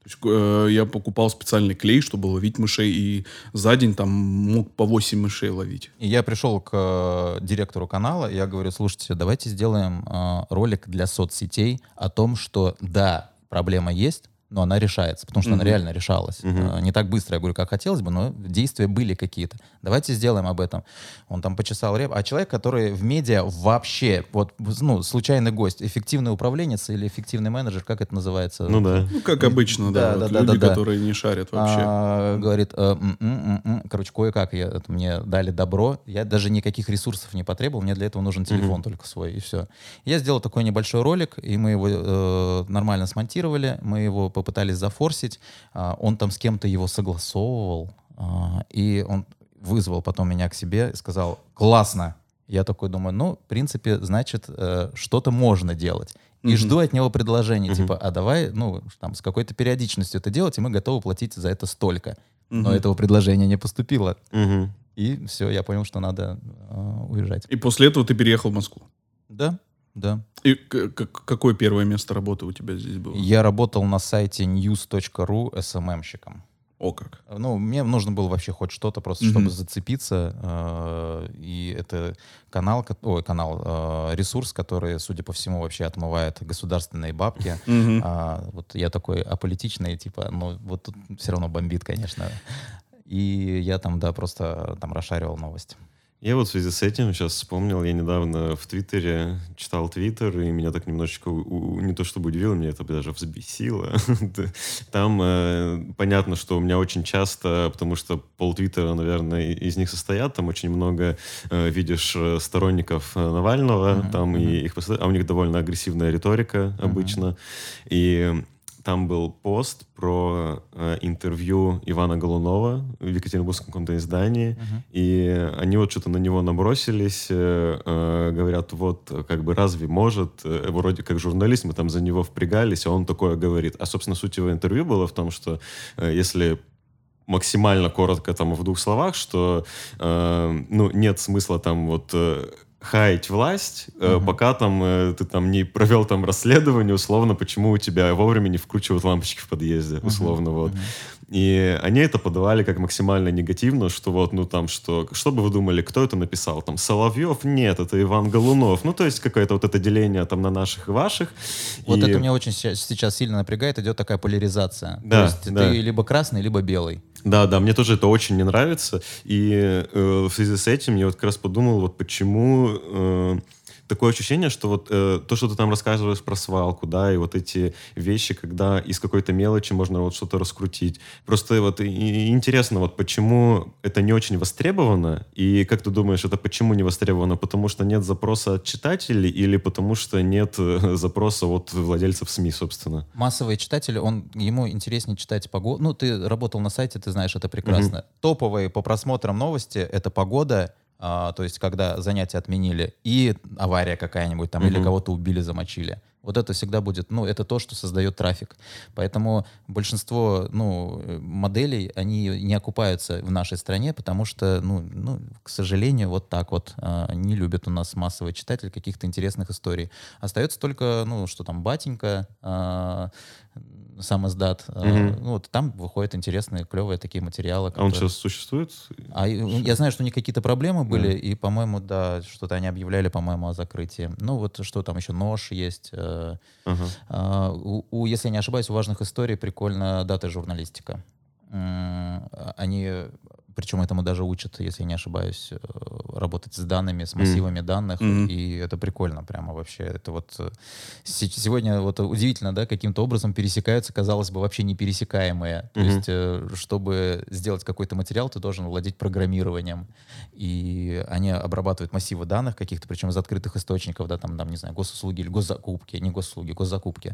Speaker 3: Я покупал специальный клей, чтобы ловить мышей, и за день там мог по восемь мышей ловить.
Speaker 2: И я пришел к э, директору канала, я говорю, слушайте, давайте сделаем э, ролик для соцсетей о том, что да, проблема есть, но она решается, потому что uh-huh. она реально решалась. Uh-huh. Не так быстро, я говорю, как хотелось бы, но действия были какие-то. Давайте сделаем об этом. Он там почесал реп. А человек, который в медиа вообще, вот, ну, случайный гость, эффективный управленец или эффективный менеджер, как это называется?
Speaker 1: Ну да.
Speaker 3: Ну, как обычно, да. да, вот да люди, да, да, которые не шарят вообще.
Speaker 2: А, говорит, э, м -м -м короче, кое-как я, это, мне дали добро. Я даже никаких ресурсов не потребовал, мне для этого нужен телефон uh-huh. только свой, и все. Я сделал такой небольшой ролик, и мы его э, нормально смонтировали, мы его попытались зафорсить, он там с кем-то его согласовывал, и он вызвал потом меня к себе и сказал, классно. Я такой думаю, ну, в принципе, значит, что-то можно делать. И mm-hmm. жду от него предложений, mm-hmm. типа, а давай, ну, там, с какой-то периодичностью это делать, и мы готовы платить за это столько. Mm-hmm. Но этого предложения не поступило. Mm-hmm. И все, я понял, что надо э, уезжать.
Speaker 3: И после этого ты переехал в Москву?
Speaker 2: Да. Да.
Speaker 3: И какое первое место работы у тебя здесь было?
Speaker 2: Я работал на сайте ньюс точка ру эс эм эм-щиком.
Speaker 3: О как.
Speaker 2: Ну, мне нужно было вообще хоть что-то, просто mm-hmm. чтобы зацепиться. Э, и это канал, ой, канал, э, ресурс, который, судя по всему, вообще отмывает государственные бабки. Mm-hmm. А, вот я такой аполитичный, типа, ну, вот тут все равно бомбит, конечно. И я там, да, просто там расшаривал новость.
Speaker 1: Я вот в связи с этим сейчас вспомнил, я недавно в Твиттере читал Твиттер, и меня так немножечко, у, не то чтобы удивило, меня это даже взбесило. Там э, понятно, что у меня очень часто, потому что пол Твиттера, наверное, из них состоят, там очень много э, видишь сторонников Навального, uh-huh, там uh-huh. и их, а у них довольно агрессивная риторика uh-huh. обычно, и там был пост про э, интервью Ивана Голунова в Екатеринбургском каком-то издании, uh-huh. и они вот что-то на него набросились, э, э, говорят, вот, как бы, разве может, э, вроде как журналист, мы там за него впрягались, а он такое говорит. А, собственно, суть его интервью была в том, что э, если максимально коротко там в двух словах, что, э, ну, нет смысла там вот... Э, хаять власть, uh-huh. э, пока там э, ты там не провел там расследование, условно, почему у тебя вовремя не вкручивают лампочки в подъезде, условно, uh-huh. вот. Uh-huh. И они это подавали как максимально негативно, что вот, ну там, что, что бы вы думали, кто это написал? Там, Соловьев? Нет, это Иван Голунов. Ну, то есть, какое-то вот это деление там на наших и ваших.
Speaker 2: Вот
Speaker 1: и...
Speaker 2: это меня очень сейчас сильно напрягает, идет такая поляризация.
Speaker 1: Да,
Speaker 2: то есть,
Speaker 1: да.
Speaker 2: ты либо красный, либо белый.
Speaker 1: Да, да, мне тоже это очень не нравится. И э, в связи с этим я вот как раз подумал, вот почему э, такое ощущение, что вот э, то, что ты там рассказываешь про свалку, да, и вот эти вещи, когда из какой-то мелочи можно вот что-то раскрутить. Просто вот и, и интересно, вот почему это не очень востребовано, и как ты думаешь, это почему не востребовано? Потому что нет запроса от читателей или потому что нет э, запроса от владельцев СМИ, собственно?
Speaker 2: Массовые читатели, он, ему интереснее читать погоду. Ну, ты работал на сайте, ты знаешь, это прекрасно. Mm-hmm. Топовые по просмотрам новости — это погода, а, то есть когда занятия отменили, и авария какая-нибудь там, mm-hmm. или кого-то убили, замочили. Вот это всегда будет, ну, это то, что создает трафик. Поэтому большинство, ну, моделей, они не окупаются в нашей стране, потому что, ну, ну к сожалению, вот так вот э, не любят у нас массовые читатели каких-то интересных историй. Остается только, ну, что там, «Батенька», э, сам издат. Mm-hmm. Э, ну, вот там выходят интересные, клевые такие материалы.
Speaker 1: Которые... А он сейчас существует?
Speaker 2: А я знаю, что у них какие-то проблемы были, yeah. и, по-моему, да, что-то они объявляли, по-моему, о закрытии. Ну, вот что там еще, «Нож» есть. Uh-huh. Uh, у, у, если я не ошибаюсь, у «Важных историй» прикольно дата-журналистика. Uh, они, причем этому даже учат, если я не ошибаюсь, работать с данными, с массивами mm. данных, mm-hmm. и это прикольно прямо вообще. Это вот сегодня вот удивительно, да, каким-то образом пересекаются, казалось бы, вообще непересекаемые. То mm-hmm. есть, чтобы сделать какой-то материал, ты должен владеть программированием. И они обрабатывают массивы данных каких-то, причем из открытых источников, да, там, там не знаю, госуслуги или госзакупки, не госуслуги, госзакупки.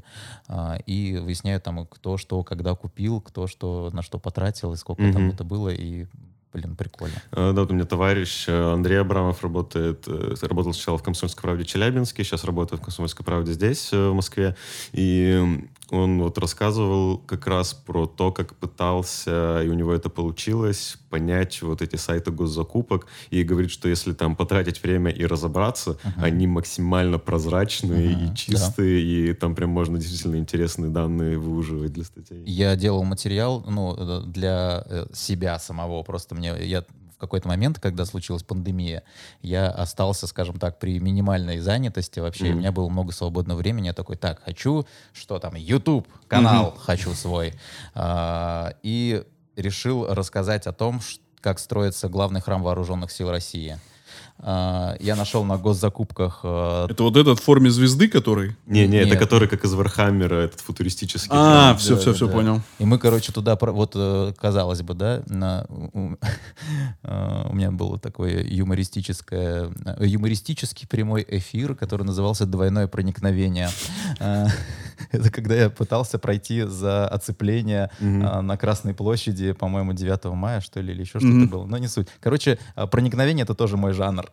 Speaker 2: И выясняют там, кто что, когда купил, кто что, на что потратил, и сколько mm-hmm. там это было, и блин, прикольно.
Speaker 1: А, да, вот у меня товарищ Андрей Абрамов работает, работал сначала в «Комсомольской правде» Челябинске, сейчас работает в «Комсомольской правде» здесь, в Москве. И он вот рассказывал как раз про то, как пытался, и у него это получилось, понять вот эти сайты госзакупок, и говорит, что если там потратить время и разобраться, uh-huh. они максимально прозрачные uh-huh. и чистые, да. и там прям можно действительно интересные данные выуживать для статей.
Speaker 2: Я делал материал, ну, для себя самого, просто мне, я в какой-то момент, когда случилась пандемия, я остался, скажем так, при минимальной занятости вообще, mm-hmm. у меня было много свободного времени, я такой, так, хочу, что там, YouTube канал mm-hmm. хочу свой, а, и решил рассказать о том, как строится главный храм Вооруженных сил России. Uh, я нашел на госзакупках... Uh,
Speaker 3: это вот этот в форме звезды, который?
Speaker 1: Не, не, это который как из Вархаммера, этот футуристический.
Speaker 3: А,
Speaker 1: храм.
Speaker 3: все,
Speaker 2: да,
Speaker 3: все,
Speaker 2: да,
Speaker 3: все,
Speaker 2: да.
Speaker 3: понял.
Speaker 2: И мы, короче, туда, вот, казалось бы, да, на, у, uh, у меня был такой юмористическое, юмористический прямой эфир, который назывался «Двойное проникновение». Uh, это когда я пытался пройти за оцепление mm-hmm. uh, на Красной площади, по-моему, девятого мая, что ли, или еще mm-hmm. что-то было. Но не суть. Короче, проникновение — это тоже мой жанр.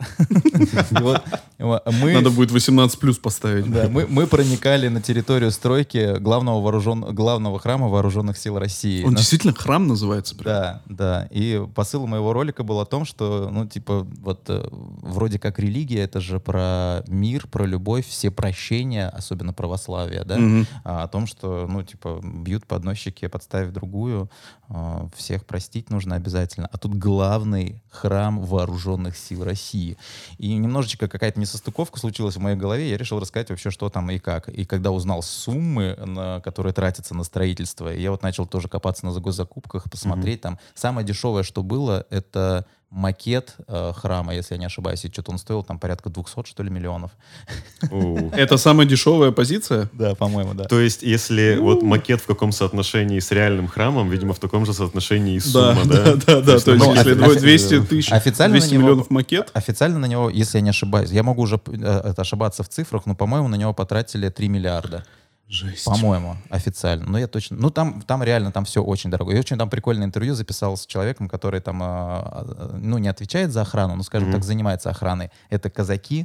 Speaker 3: Надо будет восемнадцать плюс поставить.
Speaker 2: Да, мы, мы проникали на территорию стройки главного, вооружен... главного храма Вооруженных сил России.
Speaker 3: Он
Speaker 2: На...
Speaker 3: действительно храм называется? Прям.
Speaker 2: Да, да. И посыл моего ролика был о том, что, ну, типа, вот вроде как религия — это же про мир, про любовь, все прощения, особенно православие, да, mm-hmm. а, о том, что, ну, типа, бьют по одной щеке, подставив другую, а, всех простить нужно обязательно. А тут главный храм Вооруженных сил России. И немножечко какая-то несостыковка случилась в моей голове, я решил рассказать вообще, что там и как. И когда узнал суммы, на, которые тратятся на строительство, я вот начал тоже копаться на госзакупках, посмотреть mm-hmm. там. Самое дешевое, что было, это макет э, храма, если я не ошибаюсь, и что-то он стоил там порядка двухсот, что ли, миллионов.
Speaker 3: Это самая дешевая позиция?
Speaker 2: Да, по-моему, да.
Speaker 1: То есть, если вот макет в каком соотношении с реальным храмом, видимо, в таком же соотношении и сумма, да?
Speaker 3: Да, да, да. То есть, если двести тысяч, двести миллионов макет?
Speaker 2: Официально на него, если я не ошибаюсь, я могу уже ошибаться в цифрах, но, по-моему, на него потратили три миллиарда.
Speaker 3: Жесть.
Speaker 2: По-моему, официально. Но я точно... Ну, там, там реально там все очень дорого. Я очень там прикольное интервью записал с человеком, который там, э, ну, не отвечает за охрану, но, скажем mm-hmm. так, занимается охраной. Это казаки.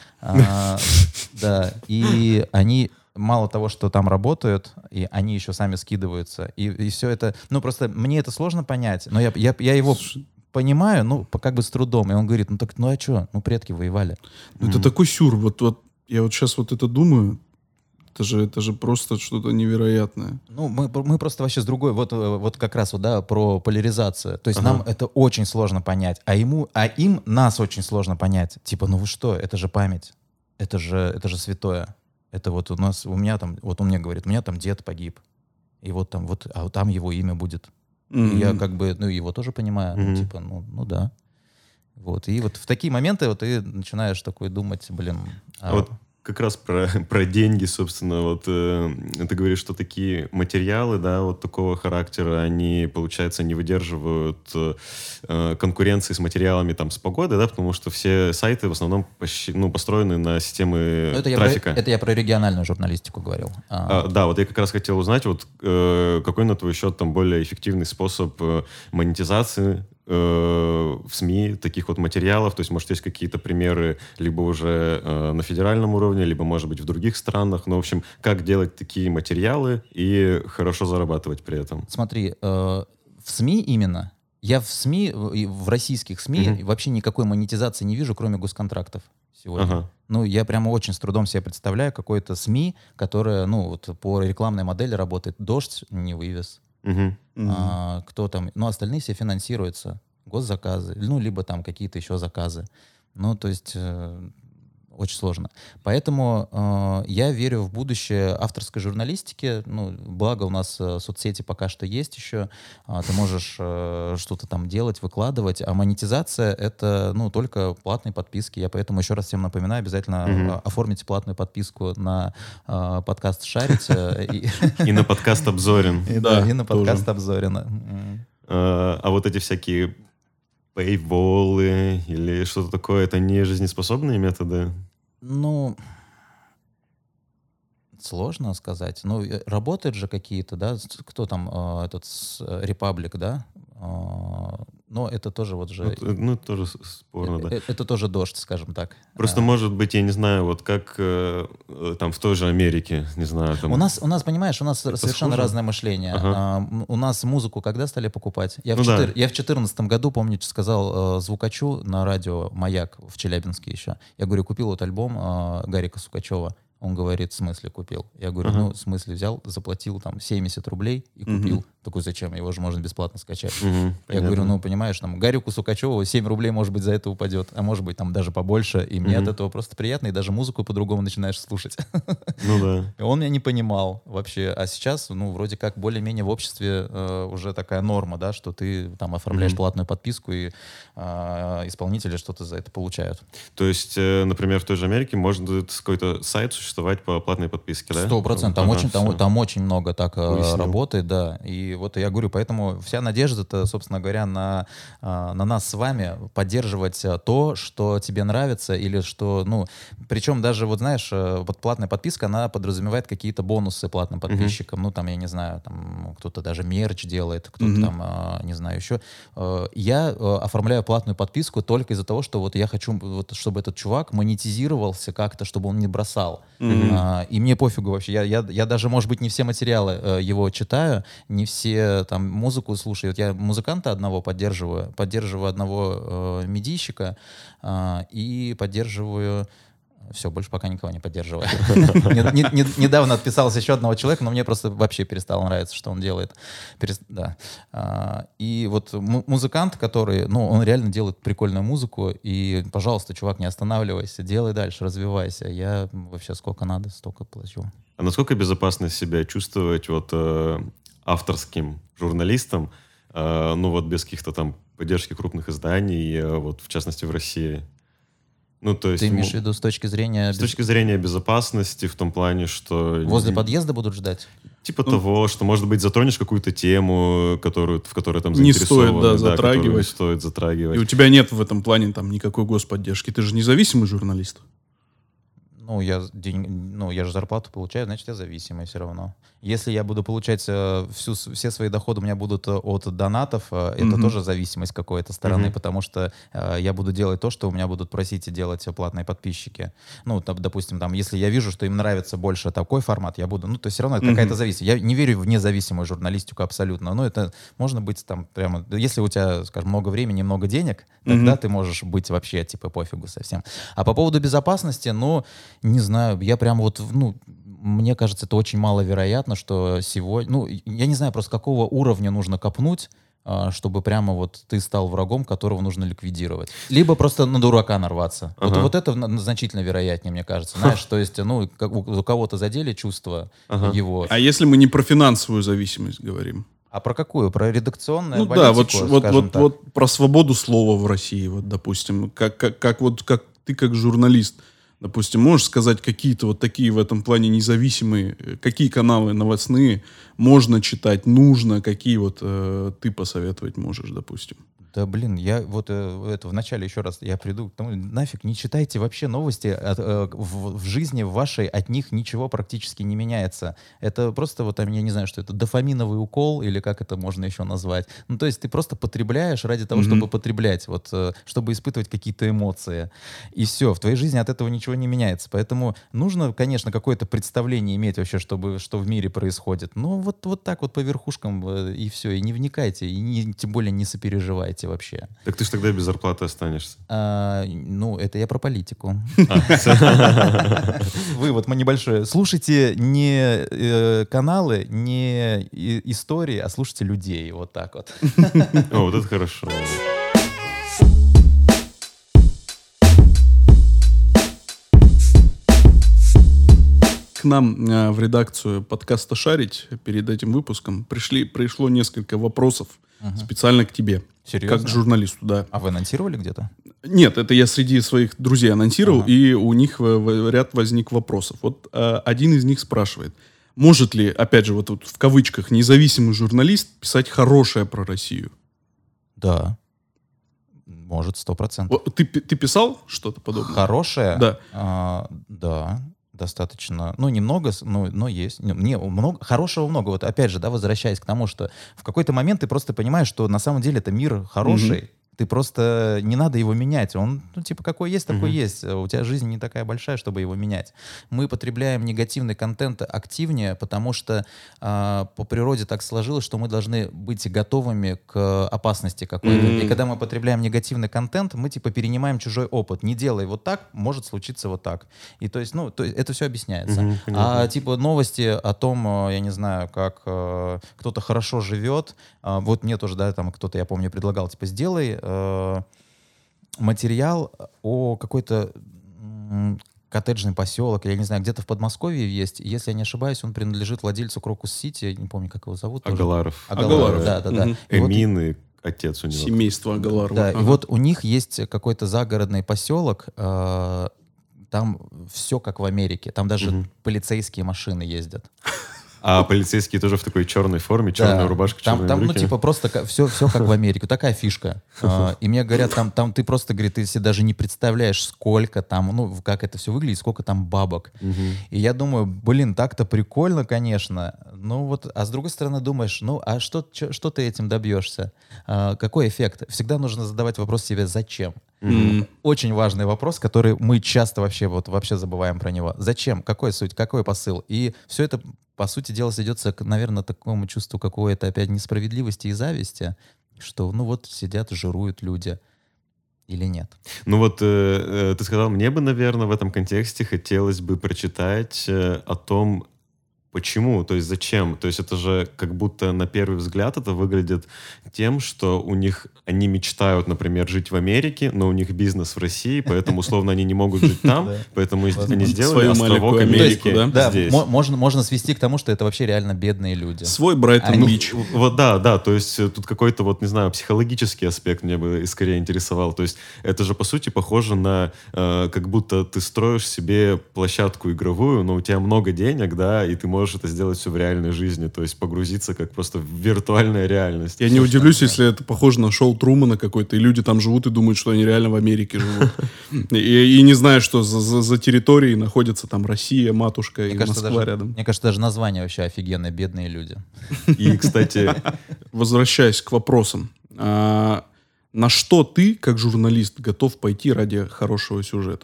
Speaker 2: Да. И они... Мало того, что там работают, и они еще сами скидываются. И, и все это... Ну, просто мне это сложно понять, но я, я, я его... понимаю, ну, как бы с трудом. И он говорит, ну так, ну а что? Ну, предки воевали.
Speaker 3: Это mm-hmm. такой сюр. Вот, вот, я вот сейчас вот это думаю, это же, это же просто что-то невероятное.
Speaker 2: Ну, мы, мы просто вообще с другой, вот, вот как раз вот, да, про поляризацию. То есть ага. нам это очень сложно понять, а, ему, а им нас очень сложно понять. Типа, ну вы что, это же память, это же, это же святое. Это вот у нас, у меня там, вот он мне говорит, у меня там дед погиб. И вот там, вот, а вот там его имя будет. Mm-hmm. И я как бы, ну, его тоже понимаю, mm-hmm. ну, типа, ну, ну да. Вот, и вот в такие моменты вот ты начинаешь такой думать, блин... А...
Speaker 1: Вот как раз про, про деньги, собственно, вот э, ты говоришь, что такие материалы, да, вот такого характера, они, получается, не выдерживают э, конкуренции с материалами там с погоды, да, потому что все сайты в основном пощ- ну, построены на системы это трафика.
Speaker 2: Я про, это я про региональную журналистику говорил.
Speaker 1: А, да, вот я как раз хотел узнать, вот э, какой, на твой счет, там более эффективный способ э, монетизации в СМИ таких вот материалов, то есть, может, есть какие-то примеры либо уже э, на федеральном уровне, либо, может быть, в других странах, но, в общем, как делать такие материалы и хорошо зарабатывать при этом?
Speaker 2: Смотри, э, в СМИ именно, я в СМИ, в российских СМИ uh-huh. вообще никакой монетизации не вижу, кроме госконтрактов сегодня. Uh-huh. Ну, я прямо очень с трудом себе представляю какое-то СМИ, которое, ну, вот по рекламной модели работает. «Дождь» не вывез.
Speaker 1: Uh-huh.
Speaker 2: А, кто там, ну, остальные все финансируются, госзаказы, ну, либо там какие-то еще заказы. Ну, то есть э, очень сложно. Поэтому э, я верю в будущее авторской журналистики. Ну, благо у нас э, соцсети пока что есть еще. Э, ты можешь э, что-то там делать, выкладывать. А монетизация — это, ну, только платные подписки. Я поэтому еще раз всем напоминаю, обязательно mm-hmm. оформите платную подписку на э, подкаст «Шарить».
Speaker 1: И на подкаст «Обзорен».
Speaker 2: Да, и на подкаст «Обзорена».
Speaker 1: А вот эти всякие пейволы или что-то такое, это не жизнеспособные методы?
Speaker 2: Ну, сложно сказать. Ну, работают же какие-то, да, кто там, э, этот Republic, да, Но это тоже вот же...
Speaker 1: Ну, ну тоже спорно, да.
Speaker 2: Это, это тоже дождь, скажем так.
Speaker 1: Просто,
Speaker 2: а,
Speaker 1: может быть, я не знаю, вот как э, там в той же Америке, не знаю. Там...
Speaker 2: У нас, у нас, понимаешь, у нас
Speaker 1: это
Speaker 2: совершенно
Speaker 1: схоже?
Speaker 2: разное мышление.
Speaker 1: Ага.
Speaker 2: А, у нас музыку когда стали покупать? Я,
Speaker 1: ну
Speaker 2: в, четыр...
Speaker 1: да.
Speaker 2: я в четырнадцатом году, помню, сказал э, звукачу на радио «Маяк» в Челябинске еще. Я говорю, купил вот альбом э, Гарика Сукачева. Он говорит, в смысле купил? Я говорю,
Speaker 1: ага.
Speaker 2: ну, в смысле взял, заплатил там семьдесят рублей и купил.
Speaker 3: Угу.
Speaker 2: Такой, зачем? Его же можно бесплатно скачать.
Speaker 1: Угу,
Speaker 2: я
Speaker 1: понятно.
Speaker 2: говорю, ну, понимаешь, там, Гарику Сукачеву семь рублей, может быть, за это упадет, а может быть, там даже побольше. И мне
Speaker 1: угу.
Speaker 2: от этого просто приятно, и даже музыку по-другому начинаешь слушать.
Speaker 1: Ну да.
Speaker 2: И он меня не понимал вообще. А сейчас, ну, вроде как более-менее в обществе э, уже такая норма, да, что ты там оформляешь
Speaker 1: угу.
Speaker 2: платную подписку, и э, исполнители что-то за это получают.
Speaker 1: То есть, э, например, в той же Америке может какой-то сайт существовать по платной подписке, да?
Speaker 2: Сто процентов. Там,
Speaker 1: ага,
Speaker 2: очень, там, там очень много так
Speaker 1: Выяснил.
Speaker 2: работает, да. И вот я говорю, поэтому вся надежда-то, собственно говоря, на, на нас с вами поддерживать то, что тебе нравится, или что, ну, причем даже, вот знаешь, вот платная подписка, она подразумевает какие-то бонусы платным подписчикам. Mm-hmm. Ну, там, я не знаю, там кто-то даже мерч делает, кто-то mm-hmm. там, не знаю, еще. Я оформляю платную подписку только из-за того, что вот я хочу, вот, чтобы этот чувак монетизировался как-то, чтобы он не бросал. Mm-hmm. И мне пофигу вообще. Я, я, я даже, может быть, не все материалы э, его читаю, не все там музыку слушаю. Вот я музыканта одного поддерживаю, поддерживаю одного э, медийщика э, и поддерживаю... Все, больше пока никого не поддерживаю. Недавно отписался еще одного человека, но мне просто вообще перестало нравиться, что он делает. Да. И вот музыкант, который, ну, он реально делает прикольную музыку, и, пожалуйста, чувак, не останавливайся, делай дальше, развивайся. Я вообще сколько надо, столько плачу.
Speaker 1: А насколько безопасно себя чувствовать вот авторским журналистом, ну вот без каких-то там поддержки крупных изданий, вот в частности в России? Ну, то есть,
Speaker 2: ты имеешь в виду с точки зрения...
Speaker 1: С точки зрения безопасности, в том плане, что...
Speaker 2: Возле подъезда будут ждать?
Speaker 1: Типа ну, того, что, может быть, затронешь какую-то тему, которую, в которой там
Speaker 3: не
Speaker 1: заинтересованы.
Speaker 3: Стоит, да,
Speaker 1: да,
Speaker 3: затрагивать.
Speaker 1: Не стоит затрагивать.
Speaker 3: И у тебя нет в этом плане там никакой господдержки. Ты же независимый журналист.
Speaker 2: Ну, я, день, ну, я же зарплату получаю, значит, я зависимый все равно. Если я буду получать э, всю, все свои доходы у меня будут от донатов, э, это mm-hmm. тоже зависимость какой-то стороны, mm-hmm. потому что э, я буду делать то, что у меня будут просить делать платные подписчики. Ну, там, допустим, там, если я вижу, что им нравится больше такой формат, я буду... Ну, то есть все равно это mm-hmm. какая-то зависимость. Я не верю в независимую журналистику абсолютно. Но это можно быть там прямо... Если у тебя, скажем, много времени, много денег, тогда mm-hmm. ты можешь быть вообще типа пофигу совсем. А по поводу безопасности, ну, не знаю, я прям вот, ну, мне кажется, это очень маловероятно, что сегодня... Ну, я не знаю просто, какого уровня нужно копнуть, чтобы прямо вот ты стал врагом, которого нужно ликвидировать. Либо просто на дурака нарваться. Ага. Вот, вот это значительно вероятнее, мне кажется. Знаешь, то есть, ну, как у, у кого-то задели чувства ага. его.
Speaker 3: А если мы не про финансовую зависимость говорим?
Speaker 2: А про какую? Про редакционную
Speaker 3: ну,
Speaker 2: политику,
Speaker 3: да, вот, вот, вот,
Speaker 2: так?
Speaker 3: вот про свободу слова в России, вот, допустим. Как, как, как, вот, как ты как журналист, допустим, можешь сказать какие-то вот такие в этом плане независимые, какие каналы новостные можно читать, нужно, какие вот э, ты посоветовать можешь, допустим?
Speaker 2: Да, блин, я вот э, это вначале еще раз, я приду к тому, нафиг, не читайте вообще новости, от, э, в, в жизни вашей от них ничего практически не меняется. Это просто вот, я не знаю, что это, дофаминовый укол, или как это можно еще назвать. Ну, то есть ты просто потребляешь ради того, mm-hmm. чтобы потреблять, вот, э, чтобы испытывать какие-то эмоции. И все, в твоей жизни от этого ничего не меняется. Поэтому нужно, конечно, какое-то представление иметь вообще, чтобы, что в мире происходит. Но вот, вот так вот по верхушкам э, и все, и не вникайте, и не, тем более не сопереживайте вообще.
Speaker 1: Так ты же тогда без зарплаты останешься.
Speaker 2: А, ну, это я про политику. Вывод мой небольшой. Слушайте не э, каналы, не и, истории, а слушайте людей. Вот так вот.
Speaker 1: О, вот это хорошо.
Speaker 3: К нам э, в редакцию подкаста «Шарить» перед этим выпуском пришли, пришло несколько вопросов uh-huh. специально к тебе.
Speaker 2: Серьезно?
Speaker 3: Как к журналисту, да.
Speaker 2: А вы анонсировали где-то?
Speaker 3: Нет, это я среди своих друзей анонсировал, uh-huh. и у них в, в, ряд возник вопросов. Вот э, один из них спрашивает, может ли, опять же, вот, вот в кавычках, независимый журналист писать хорошее про Россию?
Speaker 2: Да. Может, сто процентов.
Speaker 3: Ты, ты писал что-то подобное?
Speaker 2: Хорошее?
Speaker 3: Да.
Speaker 2: А, да. достаточно, ну, немного, но, но есть. Не, много, хорошего много. Вот опять же, да, возвращаясь к тому, что в какой-то момент ты просто понимаешь, что на самом деле это мир хороший, mm-hmm. ты просто, не надо его менять. Он, ну, типа, какой есть, такой mm-hmm. есть. У тебя жизнь не такая большая, чтобы его менять. Мы потребляем негативный контент активнее, потому что э, по природе так сложилось, что мы должны быть готовыми к опасности какой-то. Mm-hmm. И когда мы потребляем негативный контент, мы, типа, перенимаем чужой опыт. Не делай вот так, может случиться вот так. И то есть, ну, то есть это все объясняется. Mm-hmm. А, типа, новости о том, я не знаю, как э, кто-то хорошо живет. Э, вот мне тоже, да, там кто-то, я помню, предлагал, типа, сделай материал о какой-то коттеджный поселок, я не знаю, где-то в Подмосковье есть. Если я не ошибаюсь, он принадлежит владельцу Крокус-Сити, я не помню, как его зовут.
Speaker 1: Агаларов.
Speaker 2: Агаларов, да, да, да.
Speaker 3: Угу.
Speaker 1: Эмин и отец у него.
Speaker 3: Семейство Агаларова.
Speaker 2: Да,
Speaker 3: ага.
Speaker 2: И вот у них есть какой-то загородный поселок, э, там все как в Америке, там даже угу. полицейские машины ездят.
Speaker 1: А полицейские тоже в такой черной форме, черная
Speaker 2: да.
Speaker 1: рубашка,
Speaker 2: там,
Speaker 1: черные
Speaker 2: там,
Speaker 1: брюки.
Speaker 2: ну, типа, просто все, все как в Америке. Такая фишка. Uh, и мне говорят, там, там ты просто, говорит, ты себе даже не представляешь, сколько там, ну, как это все выглядит, сколько там бабок. Uh-huh. И я думаю, блин, так-то прикольно, конечно. Ну, вот, а с другой стороны думаешь, ну, а что, что, что ты этим добьешься? Uh, какой эффект? Всегда нужно задавать вопрос себе, зачем? Mm-hmm. Очень важный вопрос, который мы часто вообще, вот, вообще забываем про него. Зачем? Какой суть? Какой посыл? И все это, по сути дела, сведется, наверное, к такому чувству какой-то опять несправедливости и зависти, что, ну вот, сидят, жируют люди. Или нет?
Speaker 1: Ну вот э, ты сказал, мне бы, наверное, в этом контексте хотелось бы прочитать э, о том, почему, то есть зачем. То есть это же как будто на первый взгляд это выглядит тем, что у них, они мечтают, например, жить в Америке, но у них бизнес в России, поэтому, условно, они не могут жить там, поэтому они сделали островок Америки здесь.
Speaker 2: Можно свести к тому, что это вообще реально бедные люди.
Speaker 3: Свой Брайтон-Бич.
Speaker 1: Вот да, да, то есть тут какой-то вот, не знаю, психологический аспект меня бы скорее интересовал. То есть это же, по сути, похоже на как будто ты строишь себе площадку игровую, но у тебя много денег, да, и ты можешь можешь это сделать все в реальной жизни, то есть погрузиться как просто в виртуальную реальность.
Speaker 3: Я не удивлюсь, если это похоже на шоу Трумана какой-то, и люди там живут и думают, что они реально в Америке живут. И, и не знают, что за, за, за территорией находится там Россия, матушка и Москва рядом.
Speaker 2: Мне кажется, даже название вообще офигенное, бедные люди.
Speaker 1: И, кстати...
Speaker 3: Возвращаясь к вопросам. А, на что ты, как журналист, готов пойти ради хорошего сюжета?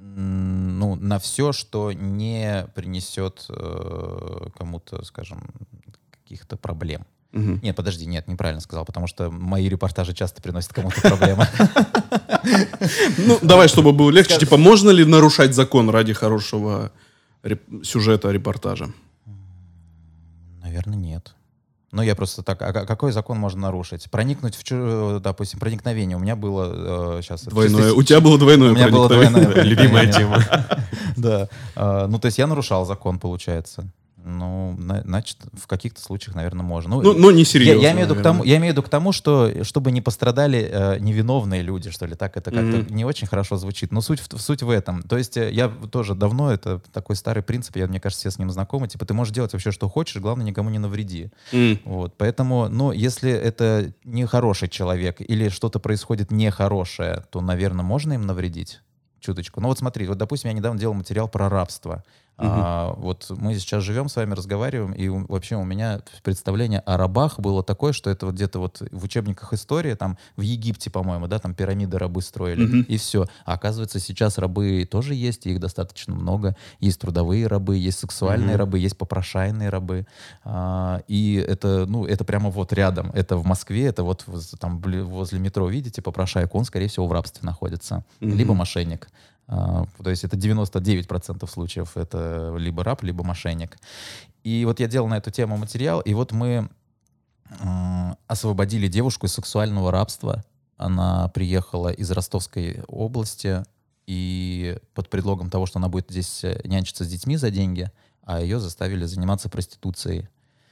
Speaker 2: Ну, на все, что не принесет э, кому-то, скажем, каких-то проблем. Угу. Нет, подожди, нет, неправильно сказал, потому что мои репортажи часто приносят кому-то проблемы.
Speaker 3: Ну, давай, чтобы было легче. Типа, можно ли нарушать закон ради хорошего сюжета, репортажа?
Speaker 2: Наверное, нет. Ну, я просто так... А какой закон можно нарушить? Проникнуть в... Допустим, проникновение. У меня было... Э, сейчас...
Speaker 3: Двойное. Чисто... У тебя было двойное проникновение.
Speaker 2: У меня было двойное.
Speaker 1: Любимая тема.
Speaker 2: Да. Ну, то есть я нарушал закон, получается. Ну, значит, в каких-то случаях, наверное, можно.
Speaker 3: Ну, ну, ну не серьезно.
Speaker 2: Я, я, имею в виду к тому, я имею в виду к тому, что чтобы не пострадали э, невиновные люди, что ли, так это как-то mm-hmm. не очень хорошо звучит. Но суть в, суть в этом. То есть я тоже давно, это такой старый принцип, я, мне кажется, все с ним знакомы, типа ты можешь делать вообще, что хочешь, главное, никому не навреди. Mm. Вот, поэтому, ну, если это не хороший человек или что-то происходит нехорошее, то, наверное, можно им навредить чуточку. Ну вот смотри, вот, допустим, я недавно делал материал про рабство. Uh-huh. А, вот мы сейчас живем с вами, разговариваем, и у, вообще у меня представление о рабах было такое, что это вот где-то вот в учебниках истории, там в Египте, по-моему, да, там пирамиды рабы строили, uh-huh. и все. А оказывается, сейчас рабы тоже есть, их достаточно много. Есть трудовые рабы, есть сексуальные uh-huh. рабы, есть попрошайные рабы. А, и это, ну, это прямо вот рядом. Это в Москве, это вот там возле метро, видите, попрошайку, он, скорее всего, в рабстве находится. Uh-huh. Либо мошенник. Uh, то есть это девяносто девять процентов случаев это либо раб, либо мошенник. И вот я делал на эту тему материал, и вот мы uh, освободили девушку из сексуального рабства. Она приехала из Ростовской области, и под предлогом того, что она будет здесь нянчиться с детьми за деньги, а ее заставили заниматься проституцией.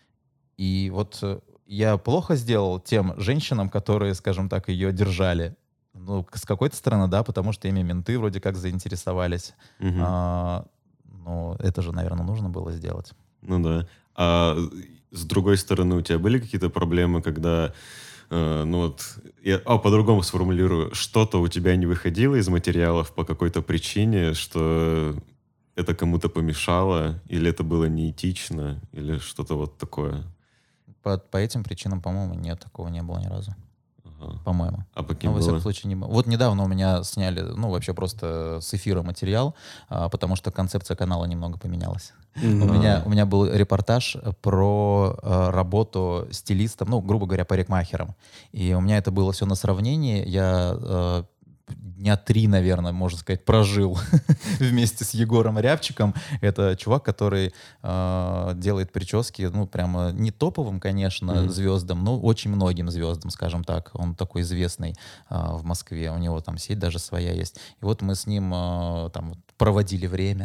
Speaker 2: И вот я плохо сделал тем женщинам, которые, скажем так, ее держали. Ну, с какой-то стороны, да, потому что ими менты вроде как заинтересовались. Uh-huh. А, но это же, наверное, нужно было сделать.
Speaker 1: Ну да. А с другой стороны, у тебя были какие-то проблемы, когда, э, ну вот, я, а, по-другому сформулирую, что-то у тебя не выходило из материалов по какой-то причине, что это кому-то помешало, или это было неэтично, или что-то вот такое?
Speaker 2: По, по этим причинам, по-моему, нет, такого не было ни разу.
Speaker 1: Ага.
Speaker 2: По-моему.
Speaker 1: А по каким
Speaker 2: Ну, во
Speaker 1: было?
Speaker 2: всяком случае, не было. Вот недавно у меня сняли, ну, вообще просто с эфира материал, а, потому что концепция канала немного поменялась.
Speaker 3: Мгм.
Speaker 2: У меня, у меня был репортаж про э, работу стилистом, ну, грубо говоря, парикмахером. И у меня это было все на сравнении. Я э, дня три, наверное, можно сказать, прожил вместе с Егором Рябчиком. Это чувак, который э, делает прически, ну, прямо не топовым, конечно,
Speaker 1: Мгм.
Speaker 2: звездам, но очень многим звездам, скажем так. Он такой известный э, в Москве. У него там сеть даже своя есть. И вот мы с ним э, там проводили время.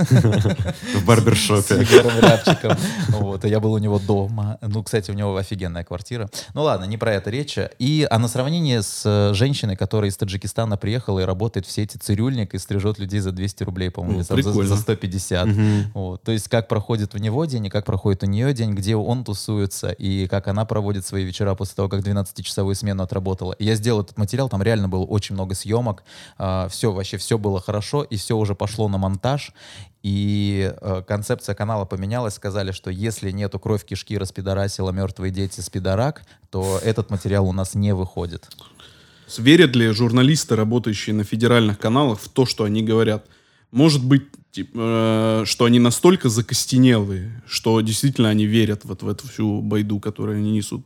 Speaker 1: В
Speaker 2: С
Speaker 1: барбершопе.
Speaker 2: Егором Рябчиком. Вот, и я был у него дома. Ну, кстати, у него офигенная квартира. Ну ладно, не про это речь. И, а на сравнении с э, женщиной, которая из Таджикистана приехала и работает в сети «Цирюльник» и стрижет людей за двести рублей, по-моему,
Speaker 3: О,
Speaker 2: или там за,
Speaker 3: прикольно.
Speaker 2: за сто пятьдесят.
Speaker 1: Мгм.
Speaker 2: Вот. То есть как проходит у него день и как проходит у нее день, где он тусуется и как она проводит свои вечера после того, как двенадцатичасовую смену отработала. И я сделал этот материал, там реально было очень много съемок. все, вообще все было хорошо, и все уже пошло на монтаж. И э, концепция канала поменялась. Сказали, что если нету кровь кишки распидорасила, мертвые дети спидорак, то этот материал у нас не выходит.
Speaker 3: Верят ли журналисты, работающие на федеральных каналах, в то, что они говорят? Может быть, типа, э, что они настолько закостенелые, что действительно они верят вот в эту всю байду, которую они несут?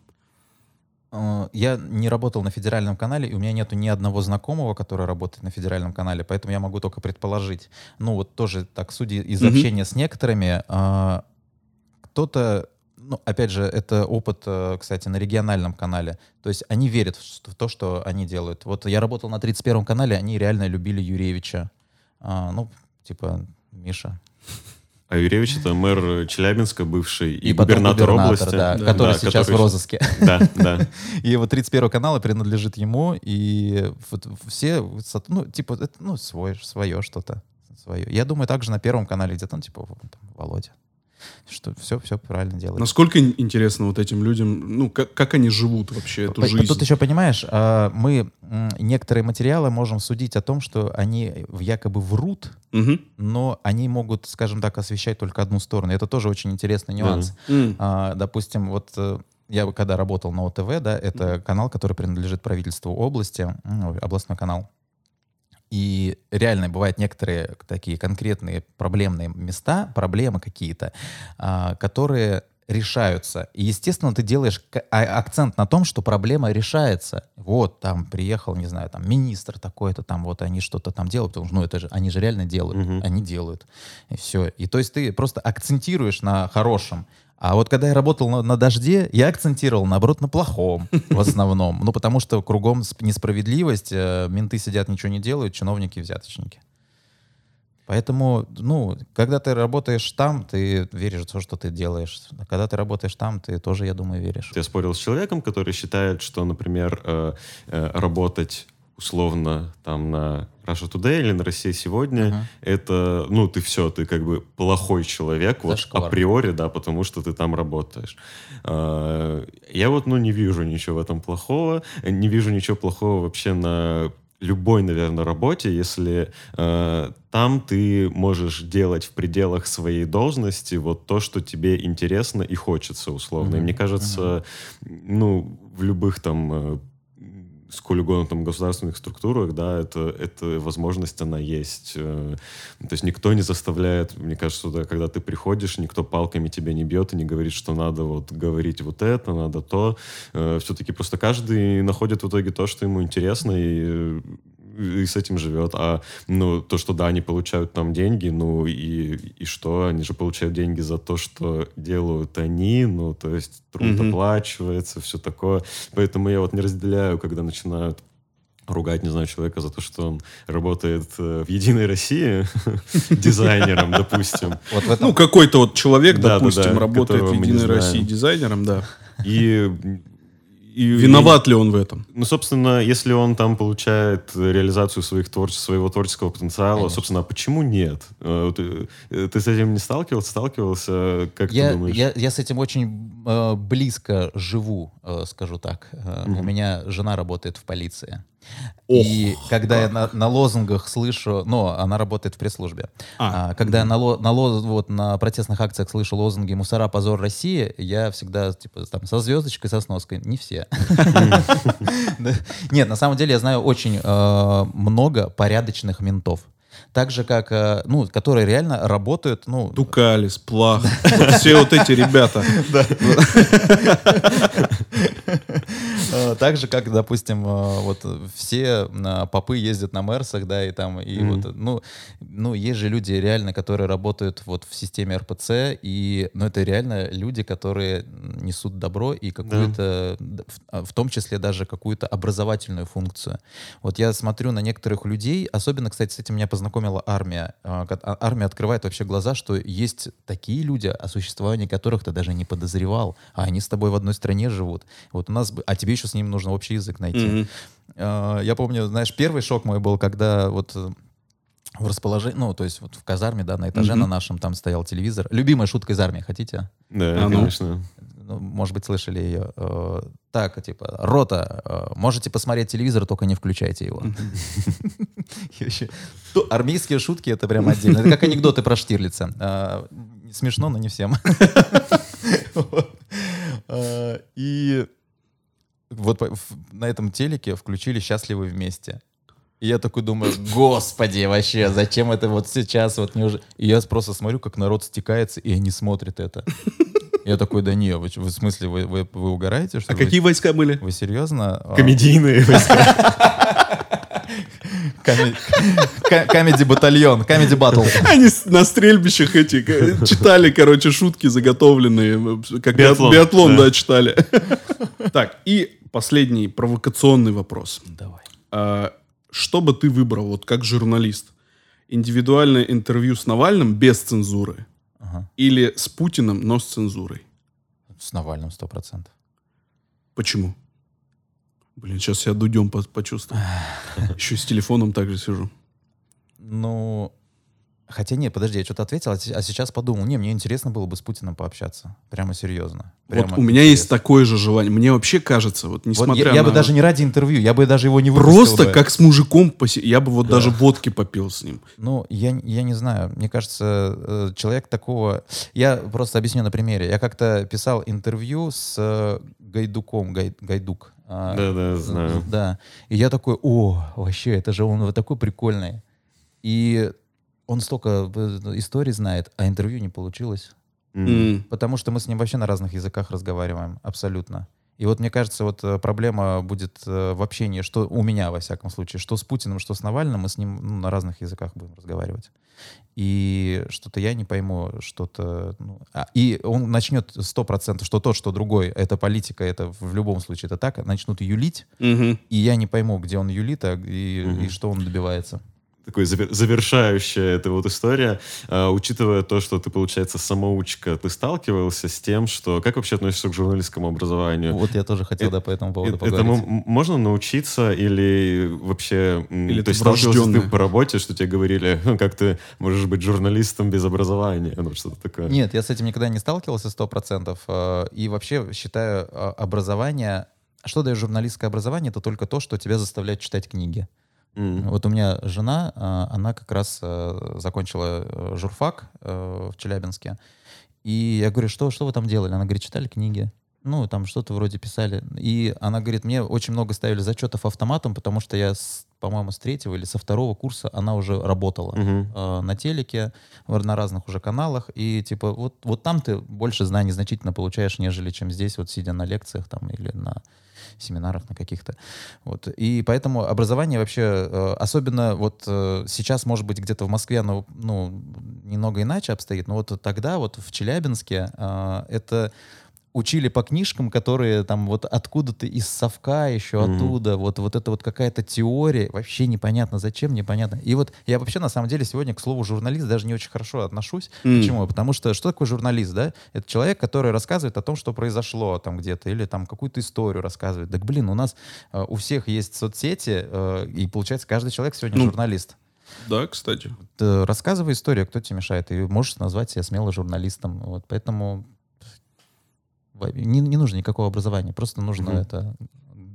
Speaker 2: Э, Я не работал на федеральном канале, и у меня нету ни одного знакомого, который работает на федеральном канале, поэтому я могу только предположить. Ну вот тоже так, судя из
Speaker 3: Мгм.
Speaker 2: общения с некоторыми, э, кто-то, ну опять же, это опыт, э, кстати, на региональном канале. То есть они верят в что- в то, что они делают. Вот я работал на тридцать первом канале, они реально любили Юревича. А, ну, типа, Миша.
Speaker 1: А Юревич — это мэр Челябинска бывший и,
Speaker 2: потом
Speaker 1: губернатор, области.
Speaker 2: да,
Speaker 3: Да.
Speaker 2: который
Speaker 1: Да,
Speaker 2: сейчас
Speaker 1: который
Speaker 2: в розыске.
Speaker 1: Да, да.
Speaker 2: И вот тридцать первый канал принадлежит ему, и вот все, сот- ну, типа, это, ну, свой, свое что-то. Свое. Я думаю, также на первом канале где-то, ну, типа, вот там, Володя. Что все, все правильно делает.
Speaker 3: Насколько ин- интересно вот этим людям, ну, как, как они живут вообще эту
Speaker 2: По-
Speaker 3: жизнь?
Speaker 2: Тут еще, понимаешь, а, мы м, некоторые материалы можем судить о том, что они в- якобы врут,
Speaker 3: Мгм.
Speaker 2: но они могут, скажем так, освещать только одну сторону. Это тоже очень интересный нюанс.
Speaker 3: М.
Speaker 2: А, допустим, вот э, я когда работал на ОТВ, да, это канал, который принадлежит правительству области, ну, областной канал. И реально бывают некоторые такие конкретные проблемные места, проблемы какие-то, а, которые решаются. И, естественно, ты делаешь к- а- акцент на том, что проблема решается. Вот, там приехал, не знаю, там министр такой-то, там вот они что-то там делают, потому что, ну, это же, они же реально делают,
Speaker 1: Мгм.
Speaker 2: они делают. И все. И то есть ты просто акцентируешь на хорошем. А вот когда я работал на, на «Дожде», я акцентировал, наоборот, на плохом в основном. Ну, потому что кругом сп- несправедливость, э, менты сидят, ничего не делают, чиновники взяточники. Поэтому, ну, когда ты работаешь там, ты веришь в то, что ты делаешь. А когда ты работаешь там, ты тоже, я думаю, веришь.
Speaker 1: Я спорил с человеком, который считает, что, например, э, э, работать условно там на Russia Today или на Россия сегодня,
Speaker 2: Мгм.
Speaker 1: это, ну, ты все, ты как бы плохой человек, вот
Speaker 2: Зашквар.
Speaker 1: априори, да, потому что ты там работаешь. А, Я вот, ну, не вижу ничего в этом плохого, не вижу ничего плохого вообще на любой, наверное, работе, если э, там ты можешь делать в пределах своей должности вот то, что тебе интересно и хочется, условно. И
Speaker 2: Мгм.
Speaker 1: мне кажется, ну, в любых там э, сколь угодно там государственных структурах, да, это, эта возможность, она есть. Э, То есть никто не заставляет, мне кажется, да, когда ты приходишь, никто палками тебя не бьет и не говорит, что надо вот говорить вот это, надо то. Э, Все-таки просто каждый находит в итоге то, что ему интересно, и, и с этим живет. А ну, то, что да, они получают там деньги, ну и, и что? Они же получают деньги за то, что делают они, ну, то есть труд
Speaker 3: Мгм.
Speaker 1: оплачивается, все такое. Поэтому я вот не разделяю, когда начинают ругать, не знаю, человека за то, что он работает э, в «Единой России» дизайнером, допустим.
Speaker 2: Вот в этом
Speaker 3: Ну, какой-то вот человек,
Speaker 1: Да, да,
Speaker 3: допустим,
Speaker 1: да,
Speaker 3: работает
Speaker 1: которого
Speaker 3: в
Speaker 1: мы не
Speaker 3: «Единой
Speaker 1: знаем.
Speaker 3: России» дизайнером, да.
Speaker 1: И, и
Speaker 3: Виноват ли он в этом?
Speaker 1: Ну, собственно, если он там получает реализацию своих творче- своего творческого потенциала,
Speaker 2: Конечно.
Speaker 1: собственно, а почему нет? Э, Ты, э, ты с этим не сталкивался? Сталкивался? Как
Speaker 2: я,
Speaker 1: ты думаешь?
Speaker 2: я, я с этим очень э, близко живу, э, скажу так. Э, У
Speaker 1: Мгм.
Speaker 2: меня жена работает в полиции. И когда я на, на лозунгах слышу, ну, она работает в пресс-службе,
Speaker 3: А.
Speaker 2: а, когда я на, ло, на, лоз, вот, на протестных акциях слышу лозунги «Мусора, позор России», я всегда типа там со звездочкой, со сноской. Не все. Нет, на самом деле я знаю очень много порядочных ментов. Так же, как, э, ну, которые реально работают, ну...
Speaker 3: Тукалис, Плах, вот все вот эти ребята.
Speaker 2: Так же, как, допустим, вот все попы ездят на Мерсах, да, и там, и вот, ну, ну, есть же люди реально, которые работают вот в системе эр пэ цэ, и, ну, это реально люди, которые несут добро и какую-то, в том числе даже какую-то образовательную функцию. Вот я смотрю на некоторых людей, особенно, кстати, с этим меня познакомил знакомила армия. Армия открывает вообще глаза, что есть такие люди, о существовании которых ты даже не подозревал, а они с тобой в одной стране живут. Вот у нас, а тебе еще с ним нужно общий язык найти. Mm-hmm. Я помню, знаешь, первый шок мой был, когда вот в расположении, ну, то есть вот в казарме, да, на этаже mm-hmm. на нашем там стоял телевизор. Любимая шутка из армии, хотите?
Speaker 1: Да, а, конечно.
Speaker 2: Ну, может быть, слышали ее. Так, типа, рота, можете посмотреть телевизор, только не включайте его. Армейские шутки — это прям отдельно. Это как анекдоты про Штирлица. Смешно, но не всем. И вот на этом телеке включили «Счастливы вместе». И я такой думаю, господи, вообще, зачем это вот сейчас? Вот неужели... И я просто смотрю, как народ стекается, и они смотрят это. Я такой, да не, вы, вы в смысле, вы, вы, вы угораете? Что
Speaker 3: а
Speaker 2: вы,
Speaker 3: какие войска были?
Speaker 2: Вы серьезно?
Speaker 1: Комедийные войска.
Speaker 2: Комеди батальон, комеди батл.
Speaker 3: Они на стрельбищах эти читали, короче, шутки заготовленные, как биатлон, биатлон да. да, читали. Так, и последний провокационный вопрос.
Speaker 2: Давай.
Speaker 3: А, что бы ты выбрал, вот как журналист? Индивидуальное интервью с Навальным без цензуры? Ага. Или с Путиным, но с цензурой?
Speaker 2: С Навальным сто процентов.
Speaker 3: Почему? Блин, сейчас я дудем почувствую. Еще с телефоном также сижу.
Speaker 2: Ну, хотя нет, подожди, я что-то ответил, а сейчас подумал, не, мне интересно было бы с Путиным пообщаться. Прямо серьезно. Прямо
Speaker 3: вот у меня интересно. Есть такое же желание. Мне вообще кажется, вот несмотря
Speaker 2: вот я,
Speaker 3: на...
Speaker 2: Я бы даже не ради интервью, я бы даже его не выпустил
Speaker 3: Просто
Speaker 2: бы.
Speaker 3: как с мужиком, поси... я бы вот да. даже водки попил с ним.
Speaker 2: Ну, я, я не знаю. Мне кажется, человек такого... Я просто объясню на примере. Я как-то писал интервью с Гайдуком, Гай... Гайдук.
Speaker 1: Да-да, знаю.
Speaker 2: Да. И я такой, о, вообще, это же он вот такой прикольный. И он столько историй знает, а интервью не получилось. Mm. Потому что мы с ним вообще на разных языках разговариваем, абсолютно. И вот мне кажется, вот проблема будет в общении, что у меня, во всяком случае, что с Путиным, что с Навальным, мы с ним ну, на разных языках будем разговаривать. И что-то я не пойму, что-то... Ну, а, и он начнет сто процентов, что тот, что другой, это политика, это в любом случае это так, начнут юлить, mm-hmm. и я не пойму, где он юлит, а, и, mm-hmm. и что он добивается.
Speaker 1: Такой завершающая эта вот история, а, учитывая то, что ты, получается, самоучка, ты сталкивался с тем, что... Как вообще относишься к журналистскому образованию?
Speaker 2: Вот я тоже хотел, это, да, по этому поводу
Speaker 1: это,
Speaker 2: поговорить.
Speaker 1: Этому можно научиться или вообще...
Speaker 3: Или
Speaker 1: то есть сталкивался ты по работе, что тебе говорили, как ты можешь быть журналистом без образования? Ну, что-то такое.
Speaker 2: Нет, я с этим никогда не сталкивался сто процентов. И вообще считаю образование... Что дает журналистское образование? Это только то, что тебя заставляет читать книги. Mm. Вот у меня жена, она как раз закончила журфак в Челябинске. И я говорю, что, что вы там делали? Она говорит, читали книги. Ну, там что-то вроде писали. И она говорит, мне очень много ставили зачетов автоматом, потому что я, с, по-моему, с третьего или со второго курса она уже работала mm-hmm. э, на телеке, на разных уже каналах. И типа вот, вот там ты больше знаний значительно получаешь, нежели чем здесь, вот сидя на лекциях там или на семинарах на каких-то. Вот. И поэтому образование вообще, э, особенно вот э, сейчас, может быть, где-то в Москве оно ну, немного иначе обстоит, но вот тогда вот в Челябинске э, это... учили по книжкам, которые там вот откуда-то из совка еще mm-hmm. оттуда, вот, вот это вот какая-то теория, вообще непонятно зачем, непонятно. И вот я вообще на самом деле сегодня к слову журналист даже не очень хорошо отношусь. Mm-hmm. Почему? Потому что что такое журналист, да? Это человек, который рассказывает о том, что произошло там где-то, или там какую-то историю рассказывает. Так блин, у нас э, у всех есть соцсети, э, и получается каждый человек сегодня ну, журналист.
Speaker 3: Да, кстати.
Speaker 2: Ты рассказывай историю, кто тебе мешает, и можешь назвать себя смело журналистом. Вот, поэтому... Не, не нужно никакого образования, просто нужно mm-hmm. это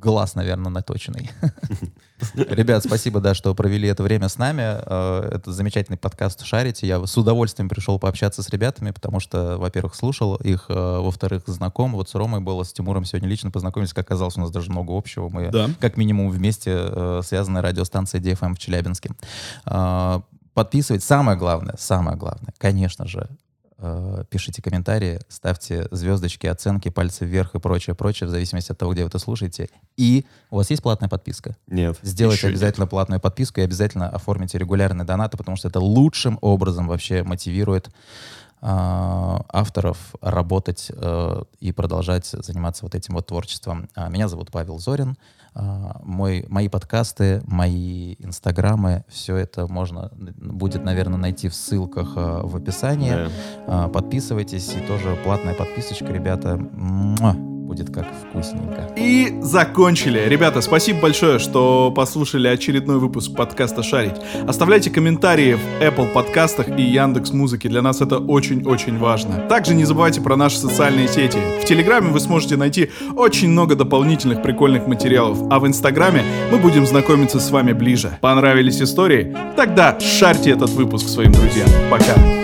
Speaker 2: глаз, наверное, наточенный. Ребят, спасибо, да, что провели это время с нами. Это замечательный подкаст «Шарите». Я с удовольствием пришел пообщаться с ребятами, потому что, во-первых, слушал их, во-вторых, знаком. Вот с Ромой было, с Тимуром сегодня лично познакомились. Как оказалось, у нас даже много общего. Мы
Speaker 3: да.
Speaker 2: как минимум вместе связаны радиостанцией ди эф эм в Челябинске. Подписывайтесь. Самое главное, самое главное, конечно же, пишите комментарии, ставьте звездочки, оценки, пальцы вверх и прочее, прочее, в зависимости от того, где вы это слушаете. И у вас есть платная подписка?
Speaker 1: Нет.
Speaker 2: Сделайте обязательно нет. платную подписку и обязательно оформите регулярные донаты, потому что это лучшим образом вообще мотивирует э, авторов работать э, и продолжать заниматься вот этим вот творчеством. А, меня зовут Павел Зорин. Uh, мой, мои подкасты, мои инстаграмы, все это можно будет, наверное, найти в ссылках uh, в описании. Yeah. Uh, подписывайтесь, и тоже платная подписочка, ребята. Муа! Будет как вкусненько.
Speaker 3: И закончили. Ребята, спасибо большое, что послушали очередной выпуск подкаста «Шарить». Оставляйте комментарии в Apple подкастах и Яндекс.Музыке. Для нас это очень-очень важно. Также не забывайте про наши социальные сети. В Телеграме вы сможете найти очень много дополнительных прикольных материалов, а в Инстаграме мы будем знакомиться с вами ближе. Понравились истории? Тогда шарьте этот выпуск своим друзьям. Пока.